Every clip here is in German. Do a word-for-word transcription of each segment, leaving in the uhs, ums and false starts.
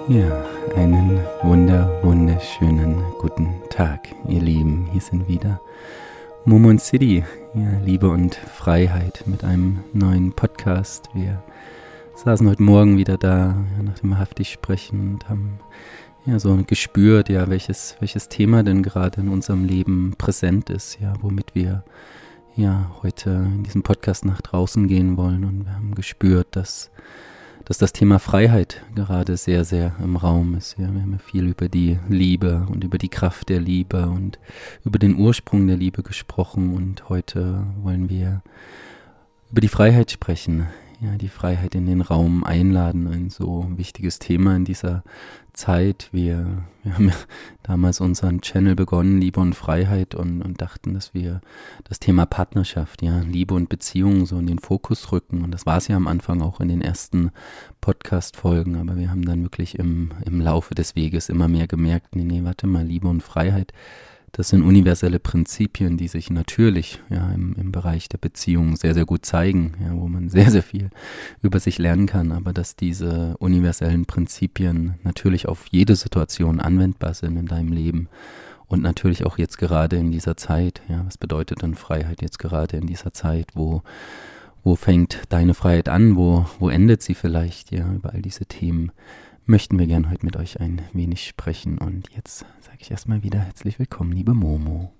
Ja, einen wunder, wunderschönen guten Tag, ihr Lieben. Hier sind wieder Momo und Siddhi, ja, Liebe und Freiheit mit einem neuen Podcast. Wir saßen heute Morgen wieder da, ja, nach dem haftig Sprechen und haben ja so gespürt, ja, welches, welches Thema denn gerade in unserem Leben präsent ist, ja, womit wir ja heute in diesem Podcast nach draußen gehen wollen. Und wir haben gespürt, dass dass das Thema Freiheit gerade sehr, sehr im Raum ist. Ja, wir haben ja viel über die Liebe und über die Kraft der Liebe und über den Ursprung der Liebe gesprochen. Und heute wollen wir über die Freiheit sprechen. Ja, die Freiheit in den Raum einladen, ein so wichtiges Thema in dieser Zeit. Wir, wir haben ja damals unseren Channel begonnen, Liebe und Freiheit, und, und dachten, dass wir das Thema Partnerschaft, ja, Liebe und Beziehung so in den Fokus rücken. Und das war es ja am Anfang auch in den ersten Podcast-Folgen, aber wir haben dann wirklich im, im Laufe des Weges immer mehr gemerkt, nee, nee, warte mal, Liebe und Freiheit, das sind universelle Prinzipien, die sich natürlich ja, im, im Bereich der Beziehung sehr, sehr gut zeigen, ja, wo man sehr, sehr viel über sich lernen kann, aber dass diese universellen Prinzipien natürlich auf jede Situation anwendbar sind in deinem Leben und natürlich auch jetzt gerade in dieser Zeit. Ja, was bedeutet denn Freiheit jetzt gerade in dieser Zeit, wo, wo fängt deine Freiheit an, wo, wo endet sie vielleicht, ja, über all diese Themen möchten wir gern heute mit euch ein wenig sprechen. Und jetzt sage ich erstmal wieder herzlich willkommen, liebe Momo.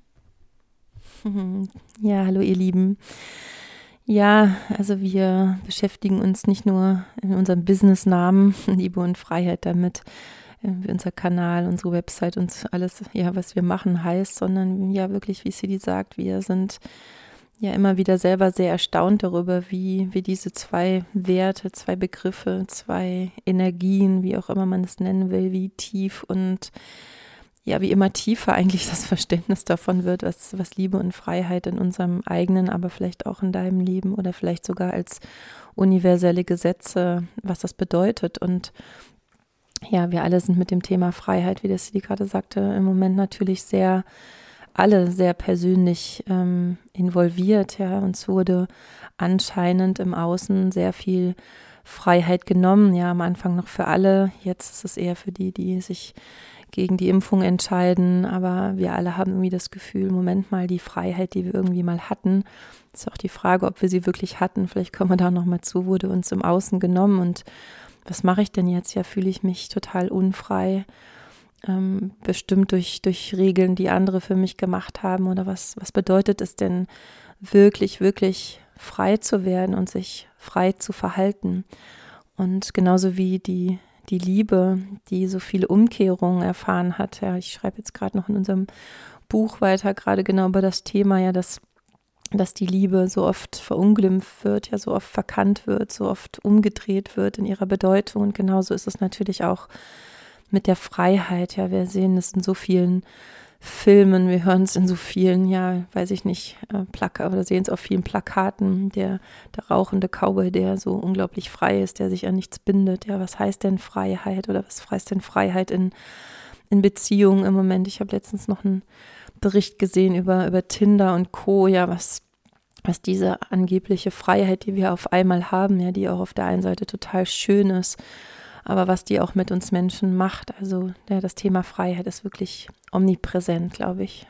Ja, hallo ihr Lieben. Ja, also wir beschäftigen uns nicht nur in unserem Business-Namen Liebe und Freiheit damit, wie unser Kanal, unsere Website und alles, ja, was wir machen heißt, sondern ja wirklich, wie Siddhi sagt, wir sind ja immer wieder selber sehr erstaunt darüber, wie, wie diese zwei Werte, zwei Begriffe, zwei Energien, wie auch immer man es nennen will, wie tief und ja, wie immer tiefer eigentlich das Verständnis davon wird, was, was Liebe und Freiheit in unserem eigenen, aber vielleicht auch in deinem Leben oder vielleicht sogar als universelle Gesetze, was das bedeutet. Und ja, wir alle sind mit dem Thema Freiheit, wie das Siddhi gerade sagte, im Moment natürlich sehr alle sehr persönlich ähm, involviert, ja, uns wurde anscheinend im Außen sehr viel Freiheit genommen, ja, am Anfang noch für alle, jetzt ist es eher für die, die sich gegen die Impfung entscheiden, aber wir alle haben irgendwie das Gefühl, Moment mal, die Freiheit, die wir irgendwie mal hatten, ist auch die Frage, ob wir sie wirklich hatten, vielleicht kommen wir da nochmal zu, wurde uns im Außen genommen und was mache ich denn jetzt? Ja, fühle ich mich total unfrei, Ähm, bestimmt durch, durch Regeln, die andere für mich gemacht haben, oder was, was bedeutet es denn wirklich, wirklich frei zu werden und sich frei zu verhalten? Und genauso wie die, die Liebe, die so viele Umkehrungen erfahren hat, ja, ich schreibe jetzt gerade noch in unserem Buch weiter, gerade genau über das Thema, ja, dass, dass die Liebe so oft verunglimpft wird, ja, so oft verkannt wird, so oft umgedreht wird in ihrer Bedeutung, und genauso ist es natürlich auch mit der Freiheit, ja, wir sehen es in so vielen Filmen, wir hören es in so vielen, ja, weiß ich nicht, äh, Plaka- oder sehen es auf vielen Plakaten, der, der rauchende Cowboy, der so unglaublich frei ist, der sich an nichts bindet, ja, was heißt denn Freiheit oder was heißt denn Freiheit in, in Beziehungen im Moment? Ich habe letztens noch einen Bericht gesehen über, über Tinder und Co., ja, was was diese angebliche Freiheit, die wir auf einmal haben, ja, die auch auf der einen Seite total schön ist, aber was die auch mit uns Menschen macht. Also ja, das Thema Freiheit ist wirklich omnipräsent, glaube ich.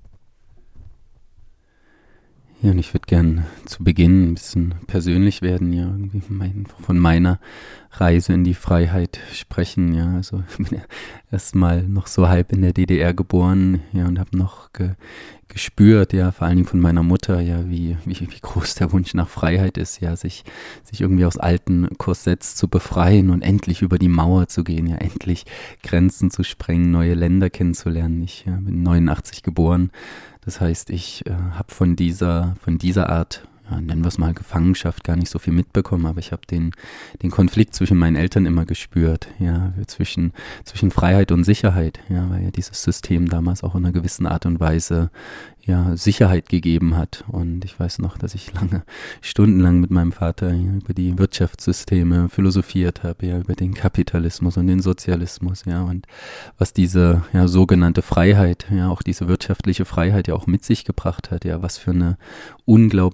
Ja, und ich würde gern zu Beginn ein bisschen persönlich werden, ja, irgendwie mein, von meiner Reise in die Freiheit sprechen, ja, also ich bin ja erst mal noch so halb in der D D R geboren, ja, und habe noch ge, gespürt, ja, vor allen Dingen von meiner Mutter, ja, wie, wie, wie groß der Wunsch nach Freiheit ist, ja, sich, sich irgendwie aus alten Korsetts zu befreien und endlich über die Mauer zu gehen, ja, endlich Grenzen zu sprengen, neue Länder kennenzulernen. Ich ja, bin neunundachtzig geboren. Das heißt, ich äh, habe von dieser, von dieser Art, ja, nennen wir es mal Gefangenschaft, gar nicht so viel mitbekommen, aber ich habe den, den Konflikt zwischen meinen Eltern immer gespürt, ja, zwischen, zwischen Freiheit und Sicherheit, ja, weil ja dieses System damals auch in einer gewissen Art und Weise ja, Sicherheit gegeben hat. Und ich weiß noch, dass ich lange, stundenlang mit meinem Vater ja, über die Wirtschaftssysteme philosophiert habe, ja, über den Kapitalismus und den Sozialismus, ja, und was diese ja, sogenannte Freiheit, ja, auch diese wirtschaftliche Freiheit ja auch mit sich gebracht hat, ja, was für eine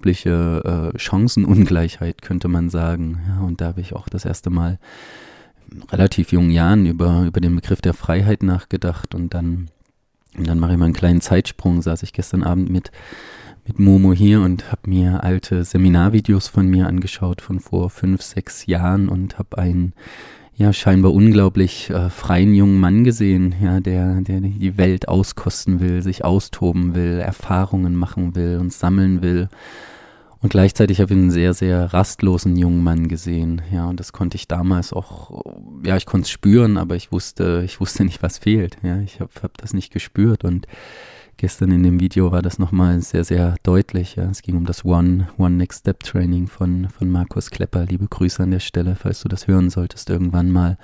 unglaubliche äh, Chancenungleichheit, könnte man sagen. Ja, und da habe ich auch das erste Mal relativ jungen Jahren über, über den Begriff der Freiheit nachgedacht und dann, und dann mache ich mal einen kleinen Zeitsprung, saß ich gestern Abend mit, mit Momo hier und habe mir alte Seminarvideos von mir angeschaut von vor fünf, sechs Jahren und habe einen ja scheinbar unglaublich äh, freien jungen Mann gesehen, ja, der, der die Welt auskosten will, sich austoben will, Erfahrungen machen will und sammeln will. Und gleichzeitig habe ich einen sehr, sehr rastlosen jungen Mann gesehen, ja, und das konnte ich damals auch, ja, ich konnte es spüren, aber ich wusste, ich wusste nicht, was fehlt, ja, ich habe hab das nicht gespürt und gestern in dem Video war das nochmal sehr, sehr deutlich, ja, es ging um das One, One Next Step Training von, von Markus Klepper, liebe Grüße an der Stelle, falls du das hören solltest irgendwann mal.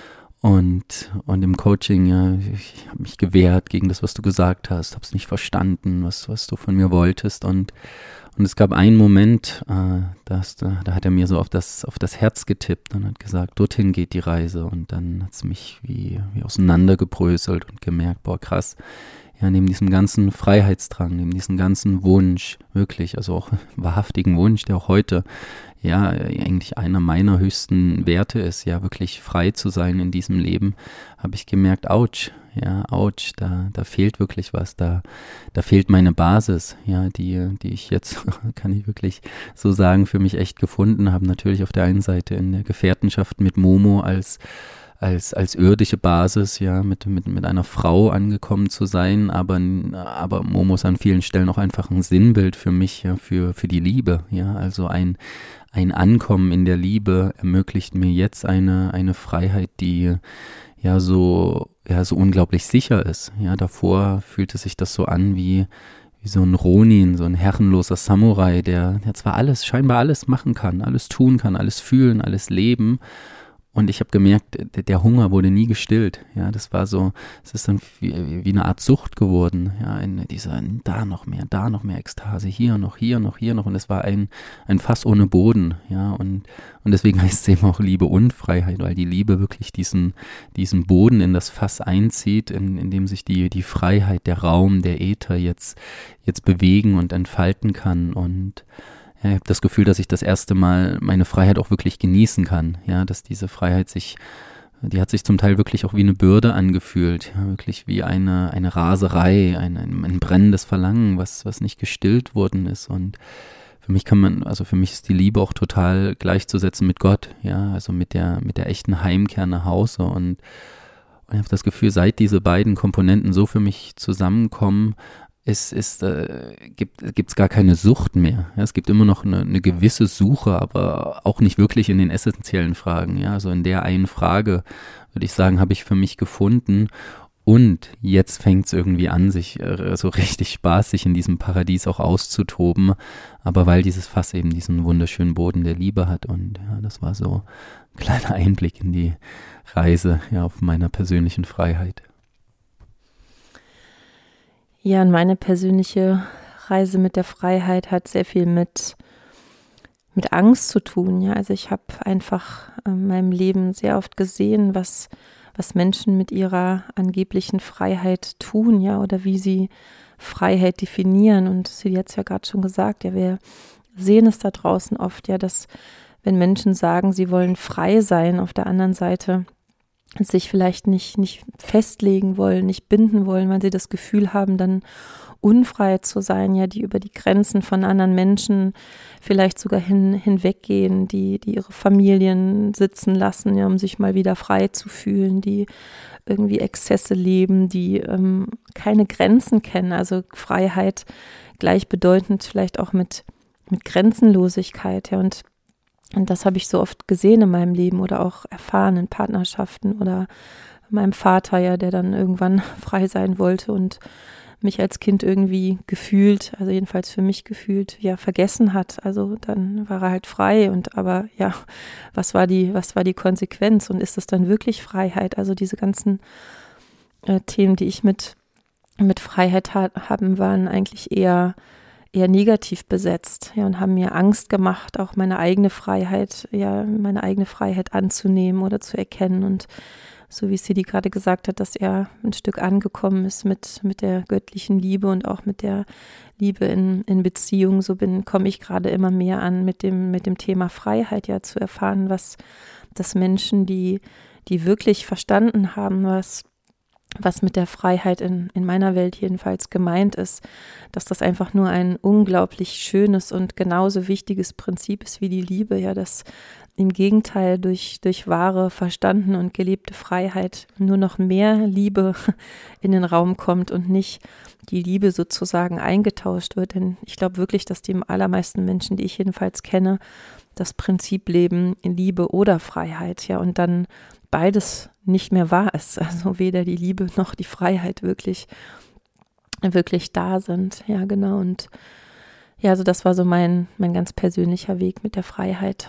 Und, und im Coaching, ja, ich habe mich gewehrt gegen das, was du gesagt hast, habe es nicht verstanden, was, was du von mir wolltest und Und es gab einen Moment, äh, da, da hat er mir so auf das, auf das Herz getippt und hat gesagt, dorthin geht die Reise. Und dann hat es mich wie, wie auseinandergebröselt und gemerkt, boah krass, ja, neben diesem ganzen Freiheitsdrang, neben diesem ganzen Wunsch, wirklich, also auch wahrhaftigen Wunsch, der auch heute ja eigentlich einer meiner höchsten Werte ist, ja wirklich frei zu sein in diesem Leben, habe ich gemerkt, ouch, ja, ouch, da, da fehlt wirklich was, da, da fehlt meine Basis, ja, die, die ich jetzt, kann ich wirklich so sagen, für mich echt gefunden habe. Natürlich auf der einen Seite in der Gefährtenschaft mit Momo als als als irdische Basis, ja, mit mit mit einer Frau angekommen zu sein, aber aber Momo ist an vielen Stellen auch einfach ein Sinnbild für mich, ja, für für die Liebe, ja, also ein ein Ankommen in der Liebe ermöglicht mir jetzt eine eine Freiheit, die ja so ja so unglaublich sicher ist, ja, davor fühlte sich das so an wie wie so ein Ronin, so ein herrenloser Samurai, der der zwar alles, scheinbar alles machen kann, alles tun kann, alles fühlen, alles leben. Und ich habe gemerkt, der Hunger wurde nie gestillt. Ja, das war so, es ist dann wie, wie eine Art Sucht geworden. Ja, in dieser, da noch mehr, da noch mehr Ekstase, hier noch, hier noch, hier noch. Und es war ein, ein Fass ohne Boden. Ja, und, und deswegen heißt es eben auch Liebe und Freiheit, weil die Liebe wirklich diesen, diesen Boden in das Fass einzieht, in, in dem sich die, die Freiheit, der Raum, der Äther jetzt, jetzt bewegen und entfalten kann. Und ja, ich habe das Gefühl, dass ich das erste Mal meine Freiheit auch wirklich genießen kann, ja, dass diese Freiheit sich, die hat sich zum Teil wirklich auch wie eine Bürde angefühlt, ja, wirklich wie eine, eine Raserei, ein, ein, ein brennendes Verlangen, was, was nicht gestillt worden ist. Und für mich kann man, also für mich ist die Liebe auch total gleichzusetzen mit Gott, ja, also mit der, mit der echten Heimkehr nach Hause. Und, und ich habe das Gefühl, seit diese beiden Komponenten so für mich zusammenkommen, Es ist, äh, gibt gibt's gar keine Sucht mehr. Ja, es gibt immer noch eine, eine gewisse Suche, aber auch nicht wirklich in den essentiellen Fragen. Ja, also in der einen Frage, würde ich sagen, habe ich für mich gefunden. Und jetzt fängt es irgendwie an, sich äh, so richtig spaßig in diesem Paradies auch auszutoben. Aber weil dieses Fass eben diesen wunderschönen Boden der Liebe hat. Und ja, das war so ein kleiner Einblick in die Reise, ja, auf meiner persönlichen Freiheit. Ja, und meine persönliche Reise mit der Freiheit hat sehr viel mit, mit Angst zu tun. Ja, also ich habe einfach in meinem Leben sehr oft gesehen, was, was Menschen mit ihrer angeblichen Freiheit tun, ja, oder wie sie Freiheit definieren. Und sie hat es ja gerade schon gesagt, ja, wir sehen es da draußen oft, ja, dass wenn Menschen sagen, sie wollen frei sein, auf der anderen Seite sich vielleicht nicht, nicht festlegen wollen, nicht binden wollen, weil sie das Gefühl haben, dann unfrei zu sein, ja, die über die Grenzen von anderen Menschen vielleicht sogar hin, hinweggehen, die, die ihre Familien sitzen lassen, ja, um sich mal wieder frei zu fühlen, die irgendwie Exzesse leben, die ähm, keine Grenzen kennen, also Freiheit gleichbedeutend vielleicht auch mit, mit Grenzenlosigkeit, ja, und Und das habe ich so oft gesehen in meinem Leben oder auch erfahren in Partnerschaften oder meinem Vater, ja, der dann irgendwann frei sein wollte und mich als Kind irgendwie gefühlt, also jedenfalls für mich gefühlt, ja, vergessen hat. Also dann war er halt frei und aber ja, was war die, was war die Konsequenz und ist es dann wirklich Freiheit? Also diese ganzen äh, Themen, die ich mit, mit Freiheit ha- haben, waren eigentlich eher eher negativ besetzt, ja, und haben mir Angst gemacht, auch meine eigene Freiheit, ja, meine eigene Freiheit anzunehmen oder zu erkennen. Und so wie Sidi gerade gesagt hat, dass er ein Stück angekommen ist mit, mit der göttlichen Liebe und auch mit der Liebe in, in Beziehung, so bin, komme ich gerade immer mehr an mit dem, mit dem Thema Freiheit, ja, zu erfahren, was, dass Menschen, die, die wirklich verstanden haben, was was mit der Freiheit in, in meiner Welt jedenfalls gemeint ist, dass das einfach nur ein unglaublich schönes und genauso wichtiges Prinzip ist wie die Liebe, ja, dass im Gegenteil durch, durch wahre, verstandene und gelebte Freiheit nur noch mehr Liebe in den Raum kommt und nicht die Liebe sozusagen eingetauscht wird. Denn ich glaube wirklich, dass die allermeisten Menschen, die ich jedenfalls kenne, das Prinzip leben in Liebe oder Freiheit, ja, und dann beides nicht mehr wahr ist. Also weder die Liebe noch die Freiheit wirklich, wirklich da sind. Ja, genau. Und ja, also das war so mein, mein ganz persönlicher Weg mit der Freiheit.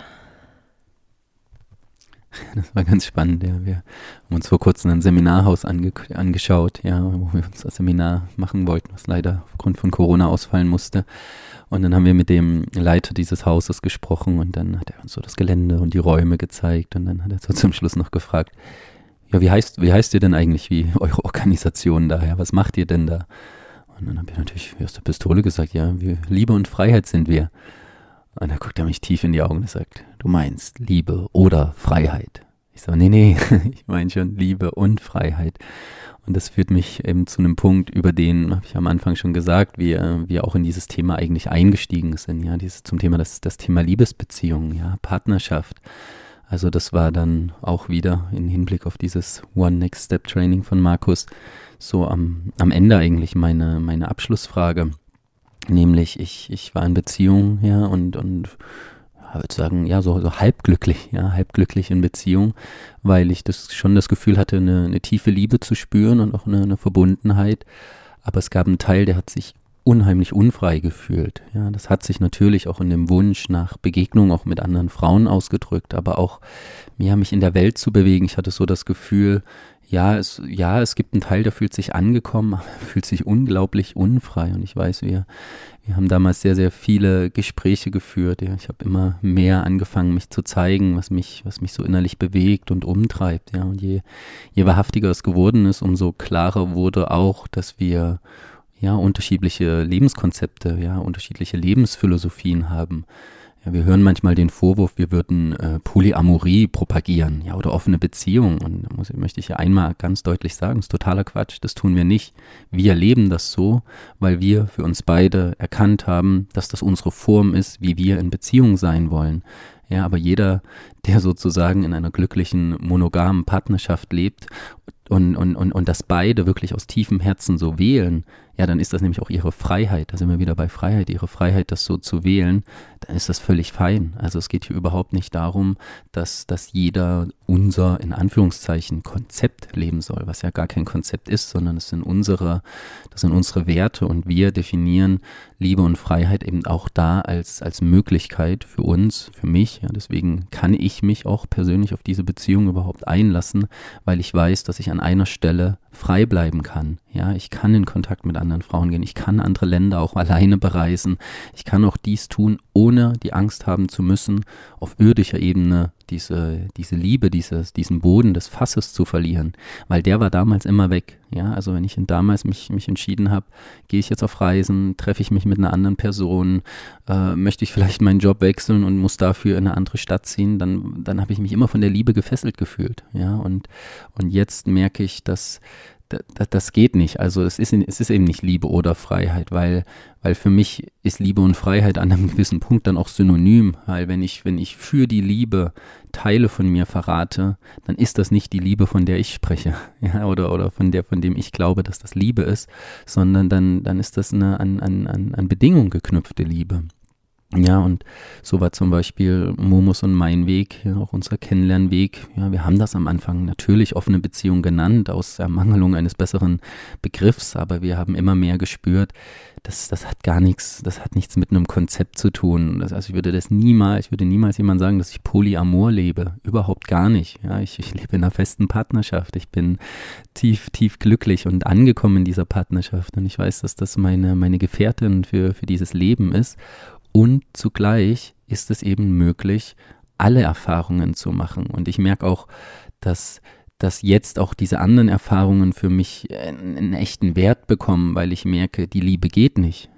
Das war ganz spannend, ja. Wir haben uns vor kurzem ein Seminarhaus ange- angeschaut, ja, wo wir uns das Seminar machen wollten, was leider aufgrund von Corona ausfallen musste. Und dann haben wir mit dem Leiter dieses Hauses gesprochen und dann hat er uns so das Gelände und die Räume gezeigt und dann hat er so zum Schluss noch gefragt, ja, wie heißt, wie heißt ihr denn eigentlich, wie eure Organisation daher, was macht ihr denn da? Und dann habe ich natürlich aus der Pistole gesagt, ja, wir, Liebe und Freiheit sind wir. Und dann guckt er mich tief in die Augen und sagt, du meinst Liebe oder Freiheit? Ich sage, nee, nee, ich meine schon Liebe und Freiheit. Und das führt mich eben zu einem Punkt, über den, habe ich am Anfang schon gesagt, wir, wir auch in dieses Thema eigentlich eingestiegen sind, ja, dieses zum Thema, das, das Thema Liebesbeziehungen, ja, Partnerschaft. Also das war dann auch wieder im Hinblick auf dieses One Next Step Training von Markus so am, am Ende eigentlich meine, meine Abschlussfrage. Nämlich, ich, ich war in Beziehung, ja, und, und ich würde sagen, ja, so, so halbglücklich, ja, halbglücklich in Beziehung, weil ich das schon das Gefühl hatte, eine, eine tiefe Liebe zu spüren und auch eine, eine Verbundenheit. Aber es gab einen Teil, der hat sich unheimlich unfrei gefühlt. Ja, das hat sich natürlich auch in dem Wunsch nach Begegnung auch mit anderen Frauen ausgedrückt, aber auch, ja, mich in der Welt zu bewegen. Ich hatte so das Gefühl, ja, es, ja, es gibt einen Teil, der fühlt sich angekommen, aber fühlt sich unglaublich unfrei. Und ich weiß, wir, wir haben damals sehr, sehr viele Gespräche geführt. Ja. Ich habe immer mehr angefangen, mich zu zeigen, was mich, was mich so innerlich bewegt und umtreibt. Ja. Und je, je wahrhaftiger es geworden ist, umso klarer wurde auch, dass wir ja unterschiedliche Lebenskonzepte, ja, unterschiedliche Lebensphilosophien haben. Ja, wir hören manchmal den Vorwurf, wir würden äh, Polyamorie propagieren, ja, oder offene Beziehungen. Und da muss, möchte ich ja einmal ganz deutlich sagen, das ist totaler Quatsch, das tun wir nicht. Wir leben das so, weil wir für uns beide erkannt haben, dass das unsere Form ist, wie wir in Beziehung sein wollen. Ja, aber jeder, der sozusagen in einer glücklichen, monogamen Partnerschaft lebt und, und, und, und das beide wirklich aus tiefem Herzen so wählen, ja, dann ist das nämlich auch ihre Freiheit. Da sind wir wieder bei Freiheit, ihre Freiheit, das so zu wählen, dann ist das völlig fein. Also es geht hier überhaupt nicht darum, dass, dass jeder unser, in Anführungszeichen, Konzept leben soll, was ja gar kein Konzept ist, sondern es sind unsere, das sind unsere Werte und wir definieren Liebe und Freiheit eben auch da als, als Möglichkeit für uns, für mich. Ja, deswegen kann ich mich auch persönlich auf diese Beziehung überhaupt einlassen, weil ich weiß, dass ich an einer Stelle frei bleiben kann. Ja, ich kann in Kontakt mit anderen Frauen gehen, ich kann andere Länder auch alleine bereisen, ich kann auch dies tun, ohne die Angst haben zu müssen, auf irdischer Ebene diese, diese Liebe, dieses, diesen Boden des Fasses zu verlieren, weil der war damals immer weg. Ja, also wenn ich damals mich, mich entschieden habe, gehe ich jetzt auf Reisen, treffe ich mich mit einer anderen Person, äh, möchte ich vielleicht meinen Job wechseln und muss dafür in eine andere Stadt ziehen, dann, dann habe ich mich immer von der Liebe gefesselt gefühlt. Ja, und, und jetzt merke ich, dass Das, das geht nicht. Also es ist, es ist eben nicht Liebe oder Freiheit, weil, weil für mich ist Liebe und Freiheit an einem gewissen Punkt dann auch synonym, weil wenn ich, wenn ich für die Liebe Teile von mir verrate, dann ist das nicht die Liebe, von der ich spreche, ja, oder, oder von der, von dem ich glaube, dass das Liebe ist, sondern dann, dann ist das eine an, an, an Bedingungen geknüpfte Liebe. Ja, und so war zum Beispiel Momos und mein Weg, ja, auch unser Kennenlernweg. Ja, wir haben das am Anfang natürlich offene Beziehung genannt, aus Ermangelung eines besseren Begriffs, aber wir haben immer mehr gespürt, das, das hat gar nichts, das hat nichts mit einem Konzept zu tun. Das, also ich würde das niemals, ich würde niemals jemand sagen, dass ich Polyamor lebe. Überhaupt gar nicht. Ja, ich, ich lebe in einer festen Partnerschaft. Ich bin tief, tief glücklich und angekommen in dieser Partnerschaft. Und ich weiß, dass das meine, meine Gefährtin für, für dieses Leben ist. Und zugleich ist es eben möglich, alle Erfahrungen zu machen. Und ich merke auch, dass, dass jetzt auch diese anderen Erfahrungen für mich einen, einen echten Wert bekommen, weil ich merke, die Liebe geht nicht.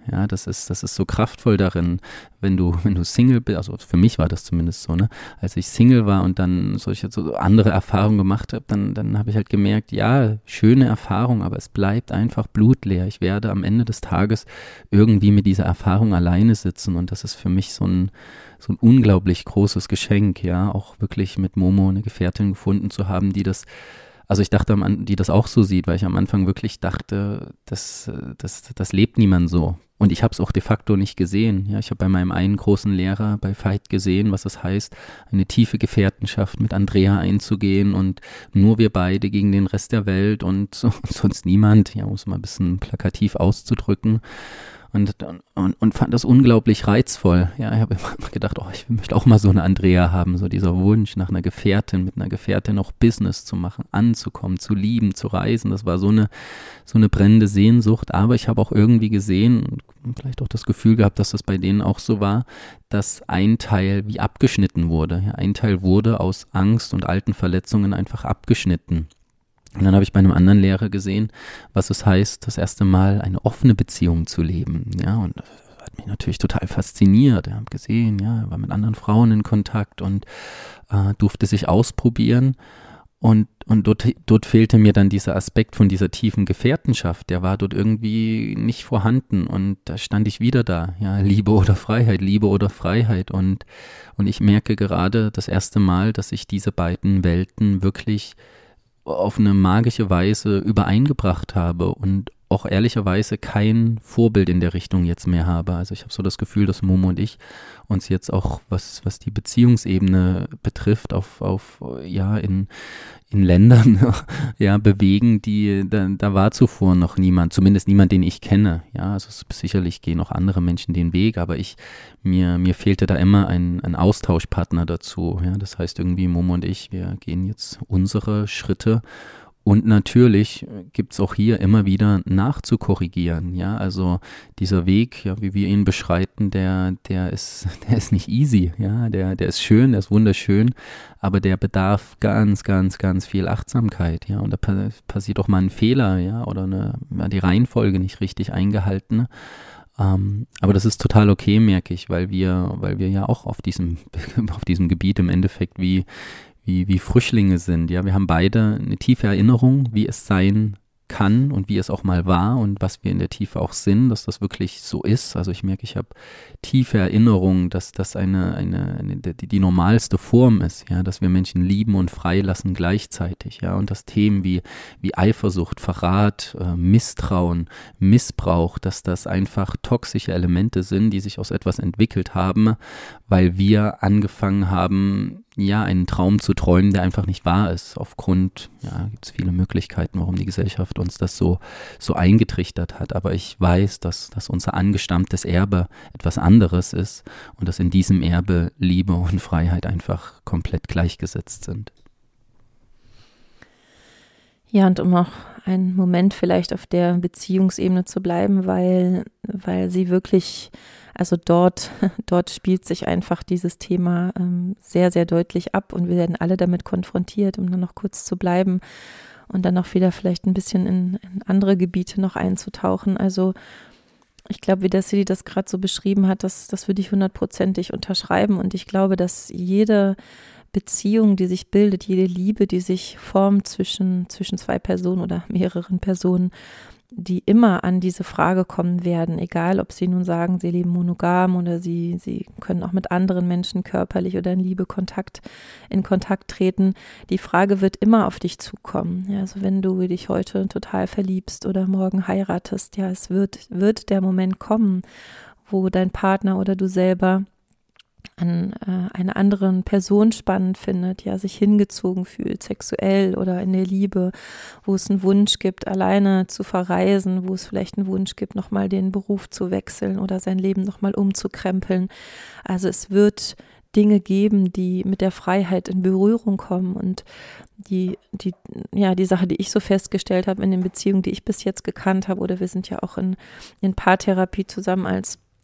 Ja, das ist, das ist so kraftvoll darin, wenn du, wenn du Single bist, also für mich war das zumindest so, ne? Als ich Single war und dann solche so andere Erfahrungen gemacht habe, dann, dann habe ich halt gemerkt, ja, schöne Erfahrung, aber es bleibt einfach blutleer. Ich werde am Ende des Tages irgendwie mit dieser Erfahrung alleine sitzen und das ist für mich so ein, so ein unglaublich großes Geschenk, ja, auch wirklich mit Momo eine Gefährtin gefunden zu haben, die das Also ich dachte, die das auch so sieht, weil ich am Anfang wirklich dachte, das, das, das lebt niemand so. Und ich habe es auch de facto nicht gesehen. Ja, ich habe bei meinem einen großen Lehrer bei Veit gesehen, was es heißt, eine tiefe Gefährtenschaft mit Andrea einzugehen und nur wir beide gegen den Rest der Welt und, so, und sonst niemand, ja, um es mal ein bisschen plakativ auszudrücken. Und, und, und fand das unglaublich reizvoll. Ja, ich habe immer gedacht, oh, ich möchte auch mal so eine Andrea haben, so dieser Wunsch nach einer Gefährtin, mit einer Gefährtin auch Business zu machen, anzukommen, zu lieben, zu reisen. Das war so eine, so eine brennende Sehnsucht. Aber ich habe auch irgendwie gesehen und vielleicht auch das Gefühl gehabt, dass das bei denen auch so war, dass ein Teil wie abgeschnitten wurde. Ja, ein Teil wurde aus Angst und alten Verletzungen einfach abgeschnitten. Und dann habe ich bei einem anderen Lehrer gesehen, was es heißt, das erste Mal eine offene Beziehung zu leben. Ja, und das hat mich natürlich total fasziniert. Ich habe gesehen, ja, er war mit anderen Frauen in Kontakt und äh, durfte sich ausprobieren. Und, und dort, dort fehlte mir dann dieser Aspekt von dieser tiefen Gefährtenschaft. Der war dort irgendwie nicht vorhanden. Und da stand ich wieder da. Ja, Liebe oder Freiheit, Liebe oder Freiheit. Und, und ich merke gerade das erste Mal, dass ich diese beiden Welten wirklich auf eine magische Weise übereingebracht habe und auch ehrlicherweise kein Vorbild in der Richtung jetzt mehr habe. Also ich habe so das Gefühl, dass Momo und ich uns jetzt auch, was, was die Beziehungsebene betrifft, auf, auf ja, in, in Ländern ja, bewegen, die, da, da war zuvor noch niemand, zumindest niemand, den ich kenne. Ja, also sicherlich gehen auch andere Menschen den Weg, aber ich, mir, mir fehlte da immer ein, ein Austauschpartner dazu. Ja, das heißt irgendwie Momo und ich, wir gehen jetzt unsere Schritte. Und natürlich gibt es auch hier immer wieder nachzukorrigieren, ja, also dieser Weg, ja, wie wir ihn beschreiten, der, der ist, der ist nicht easy, ja, der, der ist schön, der ist wunderschön, aber der bedarf ganz, ganz, ganz viel Achtsamkeit, ja, und da pa- passiert auch mal ein Fehler, ja, oder eine, ja, die Reihenfolge nicht richtig eingehalten. Um, aber das ist total okay, merke ich, weil wir, weil wir ja auch auf diesem, auf diesem Gebiet im Endeffekt wie Wie, wie Frischlinge sind. Ja, wir haben beide eine tiefe Erinnerung, wie es sein kann und wie es auch mal war und was wir in der Tiefe auch sind, dass das wirklich so ist. Also ich merke, ich habe tiefe Erinnerungen, dass das eine, eine, eine die, die normalste Form ist, ja, dass wir Menschen lieben und freilassen gleichzeitig, ja, und dass Themen wie, wie Eifersucht, Verrat, äh, Misstrauen, Missbrauch, dass das einfach toxische Elemente sind, die sich aus etwas entwickelt haben, weil wir angefangen haben, ja, einen Traum zu träumen, der einfach nicht wahr ist. Aufgrund, ja, gibt es viele Möglichkeiten, warum die Gesellschaft uns das so, so eingetrichtert hat. Aber ich weiß, dass, dass unser angestammtes Erbe etwas anderes ist und dass in diesem Erbe Liebe und Freiheit einfach komplett gleichgesetzt sind. Ja, und um auch einen Moment vielleicht auf der Beziehungsebene zu bleiben, weil, weil sie wirklich, also dort, dort spielt sich einfach dieses Thema ähm, sehr, sehr deutlich ab und wir werden alle damit konfrontiert, um dann noch kurz zu bleiben und dann auch wieder vielleicht ein bisschen in, in andere Gebiete noch einzutauchen. Also ich glaube, wie das Sidi das gerade so beschrieben hat, das, das würde ich hundertprozentig unterschreiben und ich glaube, dass jede Beziehung, die sich bildet, jede Liebe, die sich formt zwischen, zwischen zwei Personen oder mehreren Personen, die immer an diese Frage kommen werden, egal ob sie nun sagen, sie leben monogam oder sie, sie können auch mit anderen Menschen körperlich oder in Liebe Kontakt, in Kontakt treten. Die Frage wird immer auf dich zukommen. Ja, also wenn du dich heute total verliebst oder morgen heiratest, ja, es wird, wird der Moment kommen, wo dein Partner oder du selber an äh, eine andere Person spannend findet, ja, sich hingezogen fühlt, sexuell oder in der Liebe, wo es einen Wunsch gibt, alleine zu verreisen, wo es vielleicht einen Wunsch gibt, nochmal den Beruf zu wechseln oder sein Leben nochmal umzukrempeln. Also es wird Dinge geben, die mit der Freiheit in Berührung kommen und die, die, ja, die Sache, die ich so festgestellt habe in den Beziehungen, die ich bis jetzt gekannt habe, oder wir sind ja auch in, in Paartherapie zusammen als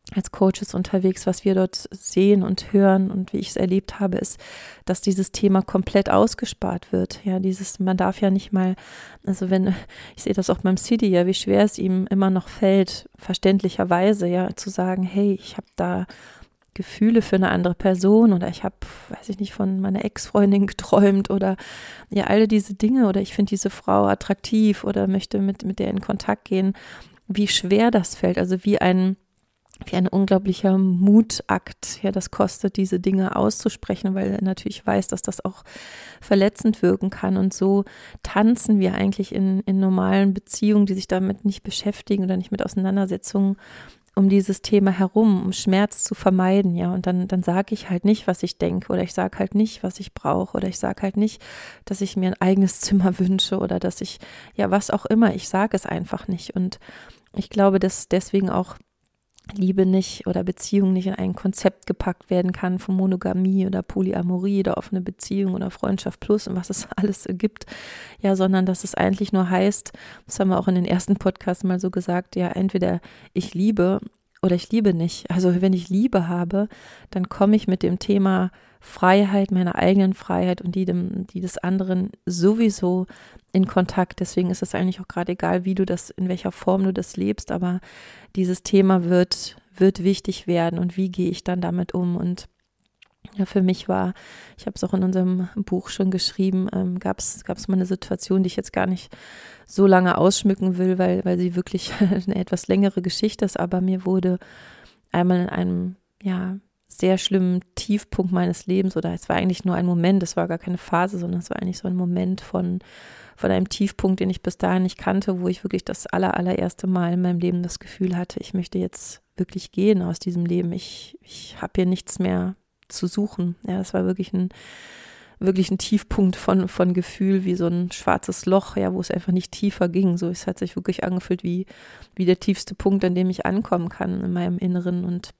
als Coaches unterwegs, was wir dort sehen und hören und wie ich es erlebt habe, ist, dass dieses Thema komplett ausgespart wird. Ja, dieses, man darf ja nicht mal, also wenn, ich sehe das auch beim City, ja, wie schwer es ihm immer noch fällt, verständlicherweise, ja, zu sagen, hey, ich habe da Gefühle für eine andere Person oder ich habe, weiß ich nicht, von meiner Ex-Freundin geträumt oder ja, alle diese Dinge oder ich finde diese Frau attraktiv oder möchte mit, mit der in Kontakt gehen, wie schwer das fällt, also wie ein wie ein unglaublicher Mutakt, ja, das kostet, diese Dinge auszusprechen, weil er natürlich weiß, dass das auch verletzend wirken kann. Und so tanzen wir eigentlich in, in normalen Beziehungen, die sich damit nicht beschäftigen oder nicht mit Auseinandersetzungen, um dieses Thema herum, um Schmerz zu vermeiden, ja. Und dann, dann sage ich halt nicht, was ich denke, oder ich sage halt nicht, was ich brauche, oder ich sage halt nicht, dass ich mir ein eigenes Zimmer wünsche oder dass ich, ja, was auch immer, ich sage es einfach nicht. Und ich glaube, dass deswegen auch Liebe nicht oder Beziehung nicht in ein Konzept gepackt werden kann von Monogamie oder Polyamorie oder offene Beziehung oder Freundschaft plus und was es alles gibt, ja, sondern dass es eigentlich nur heißt, das haben wir auch in den ersten Podcasts mal so gesagt, ja, entweder ich liebe oder ich liebe nicht. Also wenn ich Liebe habe, dann komme ich mit dem Thema Freiheit, meiner eigenen Freiheit und die, dem, die des anderen sowieso in Kontakt. Deswegen ist es eigentlich auch gerade egal, wie du das, in welcher Form du das lebst, aber dieses Thema wird, wird wichtig werden und wie gehe ich dann damit um? Und ja, für mich war, ich habe es auch in unserem Buch schon geschrieben, ähm, gab es gab es mal eine Situation, die ich jetzt gar nicht so lange ausschmücken will, weil, weil sie wirklich eine etwas längere Geschichte ist, aber mir wurde einmal in einem, ja, sehr schlimmen Tiefpunkt meines Lebens oder es war eigentlich nur ein Moment, es war gar keine Phase, sondern es war eigentlich so ein Moment von, von einem Tiefpunkt, den ich bis dahin nicht kannte, wo ich wirklich das aller, allererste Mal in meinem Leben das Gefühl hatte, ich möchte jetzt wirklich gehen aus diesem Leben. Ich, ich habe hier nichts mehr zu suchen. Ja, das war wirklich ein, wirklich ein Tiefpunkt von, von Gefühl, wie so ein schwarzes Loch, ja, wo es einfach nicht tiefer ging. So, es hat sich wirklich angefühlt wie, wie der tiefste Punkt, an dem ich ankommen kann in meinem Inneren. Und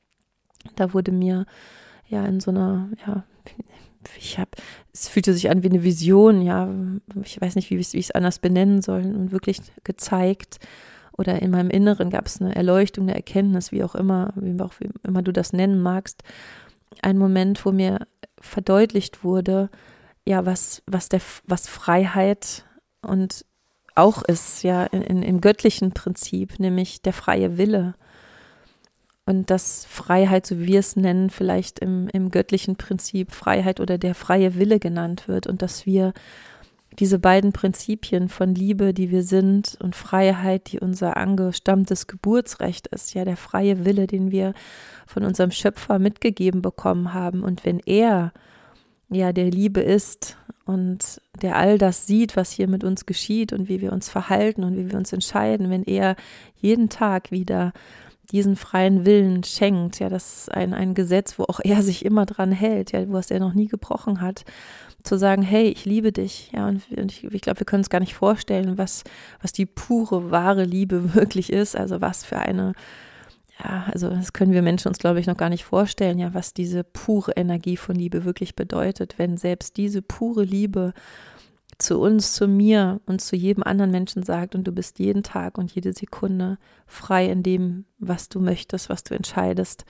da wurde mir ja in so einer, ja, ich habe, es fühlte sich an wie eine Vision, ja, ich weiß nicht, wie ich es anders benennen soll, und wirklich gezeigt oder in meinem Inneren gab es eine Erleuchtung, eine Erkenntnis, wie auch immer, wie auch wie immer du das nennen magst, ein Moment, wo mir verdeutlicht wurde, ja, was, was der, was Freiheit und auch ist, ja, in, in, im göttlichen Prinzip, nämlich der freie Wille. Und dass Freiheit, so wie wir es nennen, vielleicht im, im göttlichen Prinzip Freiheit oder der freie Wille genannt wird und dass wir diese beiden Prinzipien von Liebe, die wir sind, und Freiheit, die unser angestammtes Geburtsrecht ist, ja, der freie Wille, den wir von unserem Schöpfer mitgegeben bekommen haben. Und wenn er ja der Liebe ist und der all das sieht, was hier mit uns geschieht und wie wir uns verhalten und wie wir uns entscheiden, wenn er jeden Tag wieder diesen freien Willen schenkt, ja, das ist ein, ein Gesetz, wo auch er sich immer dran hält, ja, was er noch nie gebrochen hat, zu sagen, hey, ich liebe dich, ja, und ich, ich glaube, wir können uns gar nicht vorstellen, was, was die pure, wahre Liebe wirklich ist, also was für eine, ja, also das können wir Menschen uns, glaube ich, noch gar nicht vorstellen, ja, was diese pure Energie von Liebe wirklich bedeutet, wenn selbst diese pure Liebe zu uns, zu mir und zu jedem anderen Menschen sagt und du bist jeden Tag und jede Sekunde frei in dem, was du möchtest, was du entscheidest.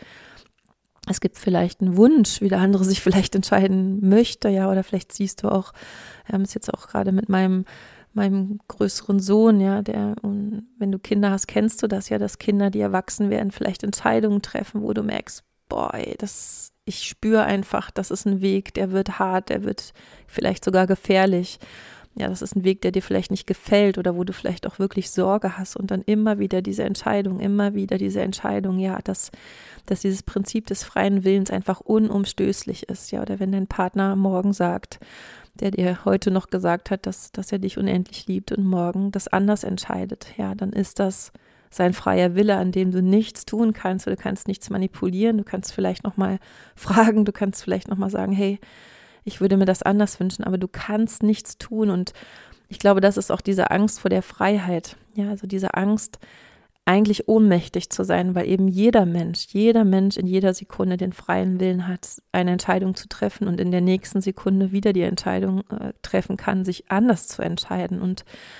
Es gibt vielleicht einen Wunsch, wie der andere sich vielleicht entscheiden möchte, ja, oder vielleicht siehst du auch, wir haben es jetzt auch gerade mit meinem, meinem größeren Sohn, ja, der, und wenn du Kinder hast, kennst du das ja, dass Kinder, die erwachsen werden, vielleicht Entscheidungen treffen, wo du merkst, boah, ey, das, ich spüre einfach, das ist ein Weg, der wird hart, der wird vielleicht sogar gefährlich. Ja, das ist ein Weg, der dir vielleicht nicht gefällt oder wo du vielleicht auch wirklich Sorge hast und dann immer wieder diese Entscheidung, immer wieder diese Entscheidung, ja, dass, dass dieses Prinzip des freien Willens einfach unumstößlich ist, ja, oder wenn dein Partner morgen sagt, der dir heute noch gesagt hat, dass, dass er dich unendlich liebt und morgen das anders entscheidet, ja, dann ist das sein freier Wille, an dem du nichts tun kannst, oder du kannst nichts manipulieren, du kannst vielleicht nochmal fragen, du kannst vielleicht nochmal sagen, hey, ich würde mir das anders wünschen, aber du kannst nichts tun. Und ich glaube, das ist auch diese Angst vor der Freiheit, ja, also diese Angst, eigentlich ohnmächtig zu sein, weil eben jeder Mensch, jeder Mensch in jeder Sekunde den freien Willen hat, eine Entscheidung zu treffen und in der nächsten Sekunde wieder die Entscheidung äh, treffen kann, sich anders zu entscheiden. Und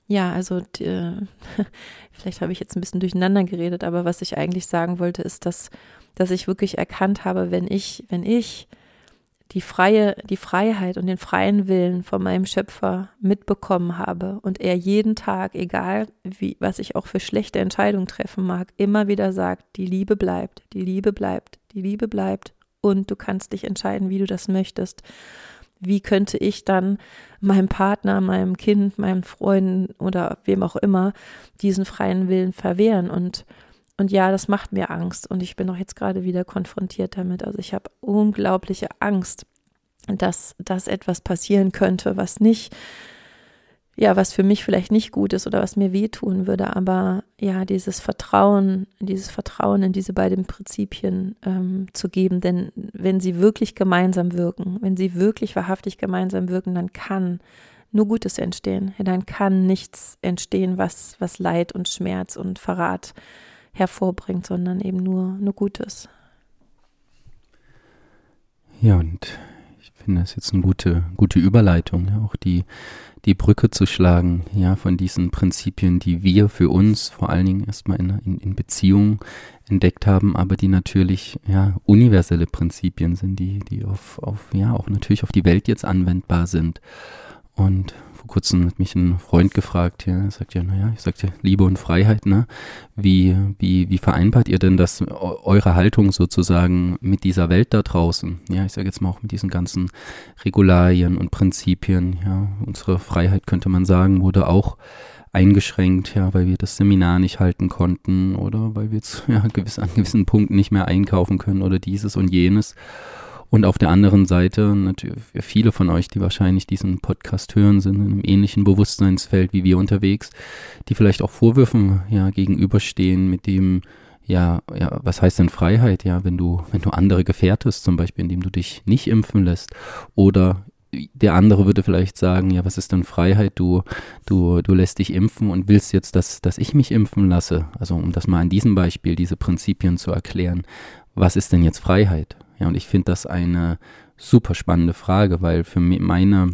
Ja, also die, vielleicht habe ich jetzt ein bisschen durcheinander geredet, aber was ich eigentlich sagen wollte, ist, dass, dass ich wirklich erkannt habe, wenn ich, wenn ich die freie, die Freiheit und den freien Willen von meinem Schöpfer mitbekommen habe und er jeden Tag, egal wie, was ich auch für schlechte Entscheidungen treffen mag, immer wieder sagt, die Liebe bleibt, die Liebe bleibt, die Liebe bleibt und du kannst dich entscheiden, wie du das möchtest. Wie könnte ich dann meinem Partner, meinem Kind, meinem Freund oder wem auch immer diesen freien Willen verwehren? Und, und ja, das macht mir Angst und ich bin auch jetzt gerade wieder konfrontiert damit. Also ich habe unglaubliche Angst, dass, dass etwas passieren könnte, was nicht, ja, was für mich vielleicht nicht gut ist oder was mir wehtun würde, aber ja, dieses Vertrauen, dieses Vertrauen in diese beiden Prinzipien ähm, zu geben, denn wenn sie wirklich gemeinsam wirken, wenn sie wirklich wahrhaftig gemeinsam wirken, dann kann nur Gutes entstehen, ja, dann kann nichts entstehen, was, was Leid und Schmerz und Verrat hervorbringt, sondern eben nur, nur Gutes. Ja, und ich finde, das ist jetzt eine gute, gute Überleitung, ja, auch die die Brücke zu schlagen, ja, von diesen Prinzipien, die wir für uns vor allen Dingen erstmal in, in, in Beziehung entdeckt haben, aber die natürlich, ja, universelle Prinzipien sind, die, die auf, auf, ja, auch natürlich auf die Welt jetzt anwendbar sind. Und vor kurzem hat mich ein Freund gefragt, ja, er sagt ja, naja, ich sagte, Liebe und Freiheit, ne, wie, wie, wie vereinbart ihr denn das, eure Haltung sozusagen mit dieser Welt da draußen? Ja, ich sage jetzt mal auch mit diesen ganzen Regularien und Prinzipien, ja, unsere Freiheit, könnte man sagen, wurde auch eingeschränkt, ja, weil wir das Seminar nicht halten konnten oder weil wir jetzt, ja, gewiss, an gewissen Punkten nicht mehr einkaufen können oder dieses und jenes. Und auf der anderen Seite, natürlich viele von euch, die wahrscheinlich diesen Podcast hören, sind in einem ähnlichen Bewusstseinsfeld wie wir unterwegs, die vielleicht auch Vorwürfen, ja, gegenüberstehen mit dem, ja, ja, was heißt denn Freiheit, ja, wenn du, wenn du andere gefährdest, zum Beispiel, indem du dich nicht impfen lässt, oder der andere würde vielleicht sagen, ja, was ist denn Freiheit? Du, du, du lässt dich impfen und willst jetzt, dass, dass ich mich impfen lasse. Also um das mal an diesem Beispiel, diese Prinzipien zu erklären. Was ist denn jetzt Freiheit? Ja, und ich finde das eine super spannende Frage, weil für mich meine,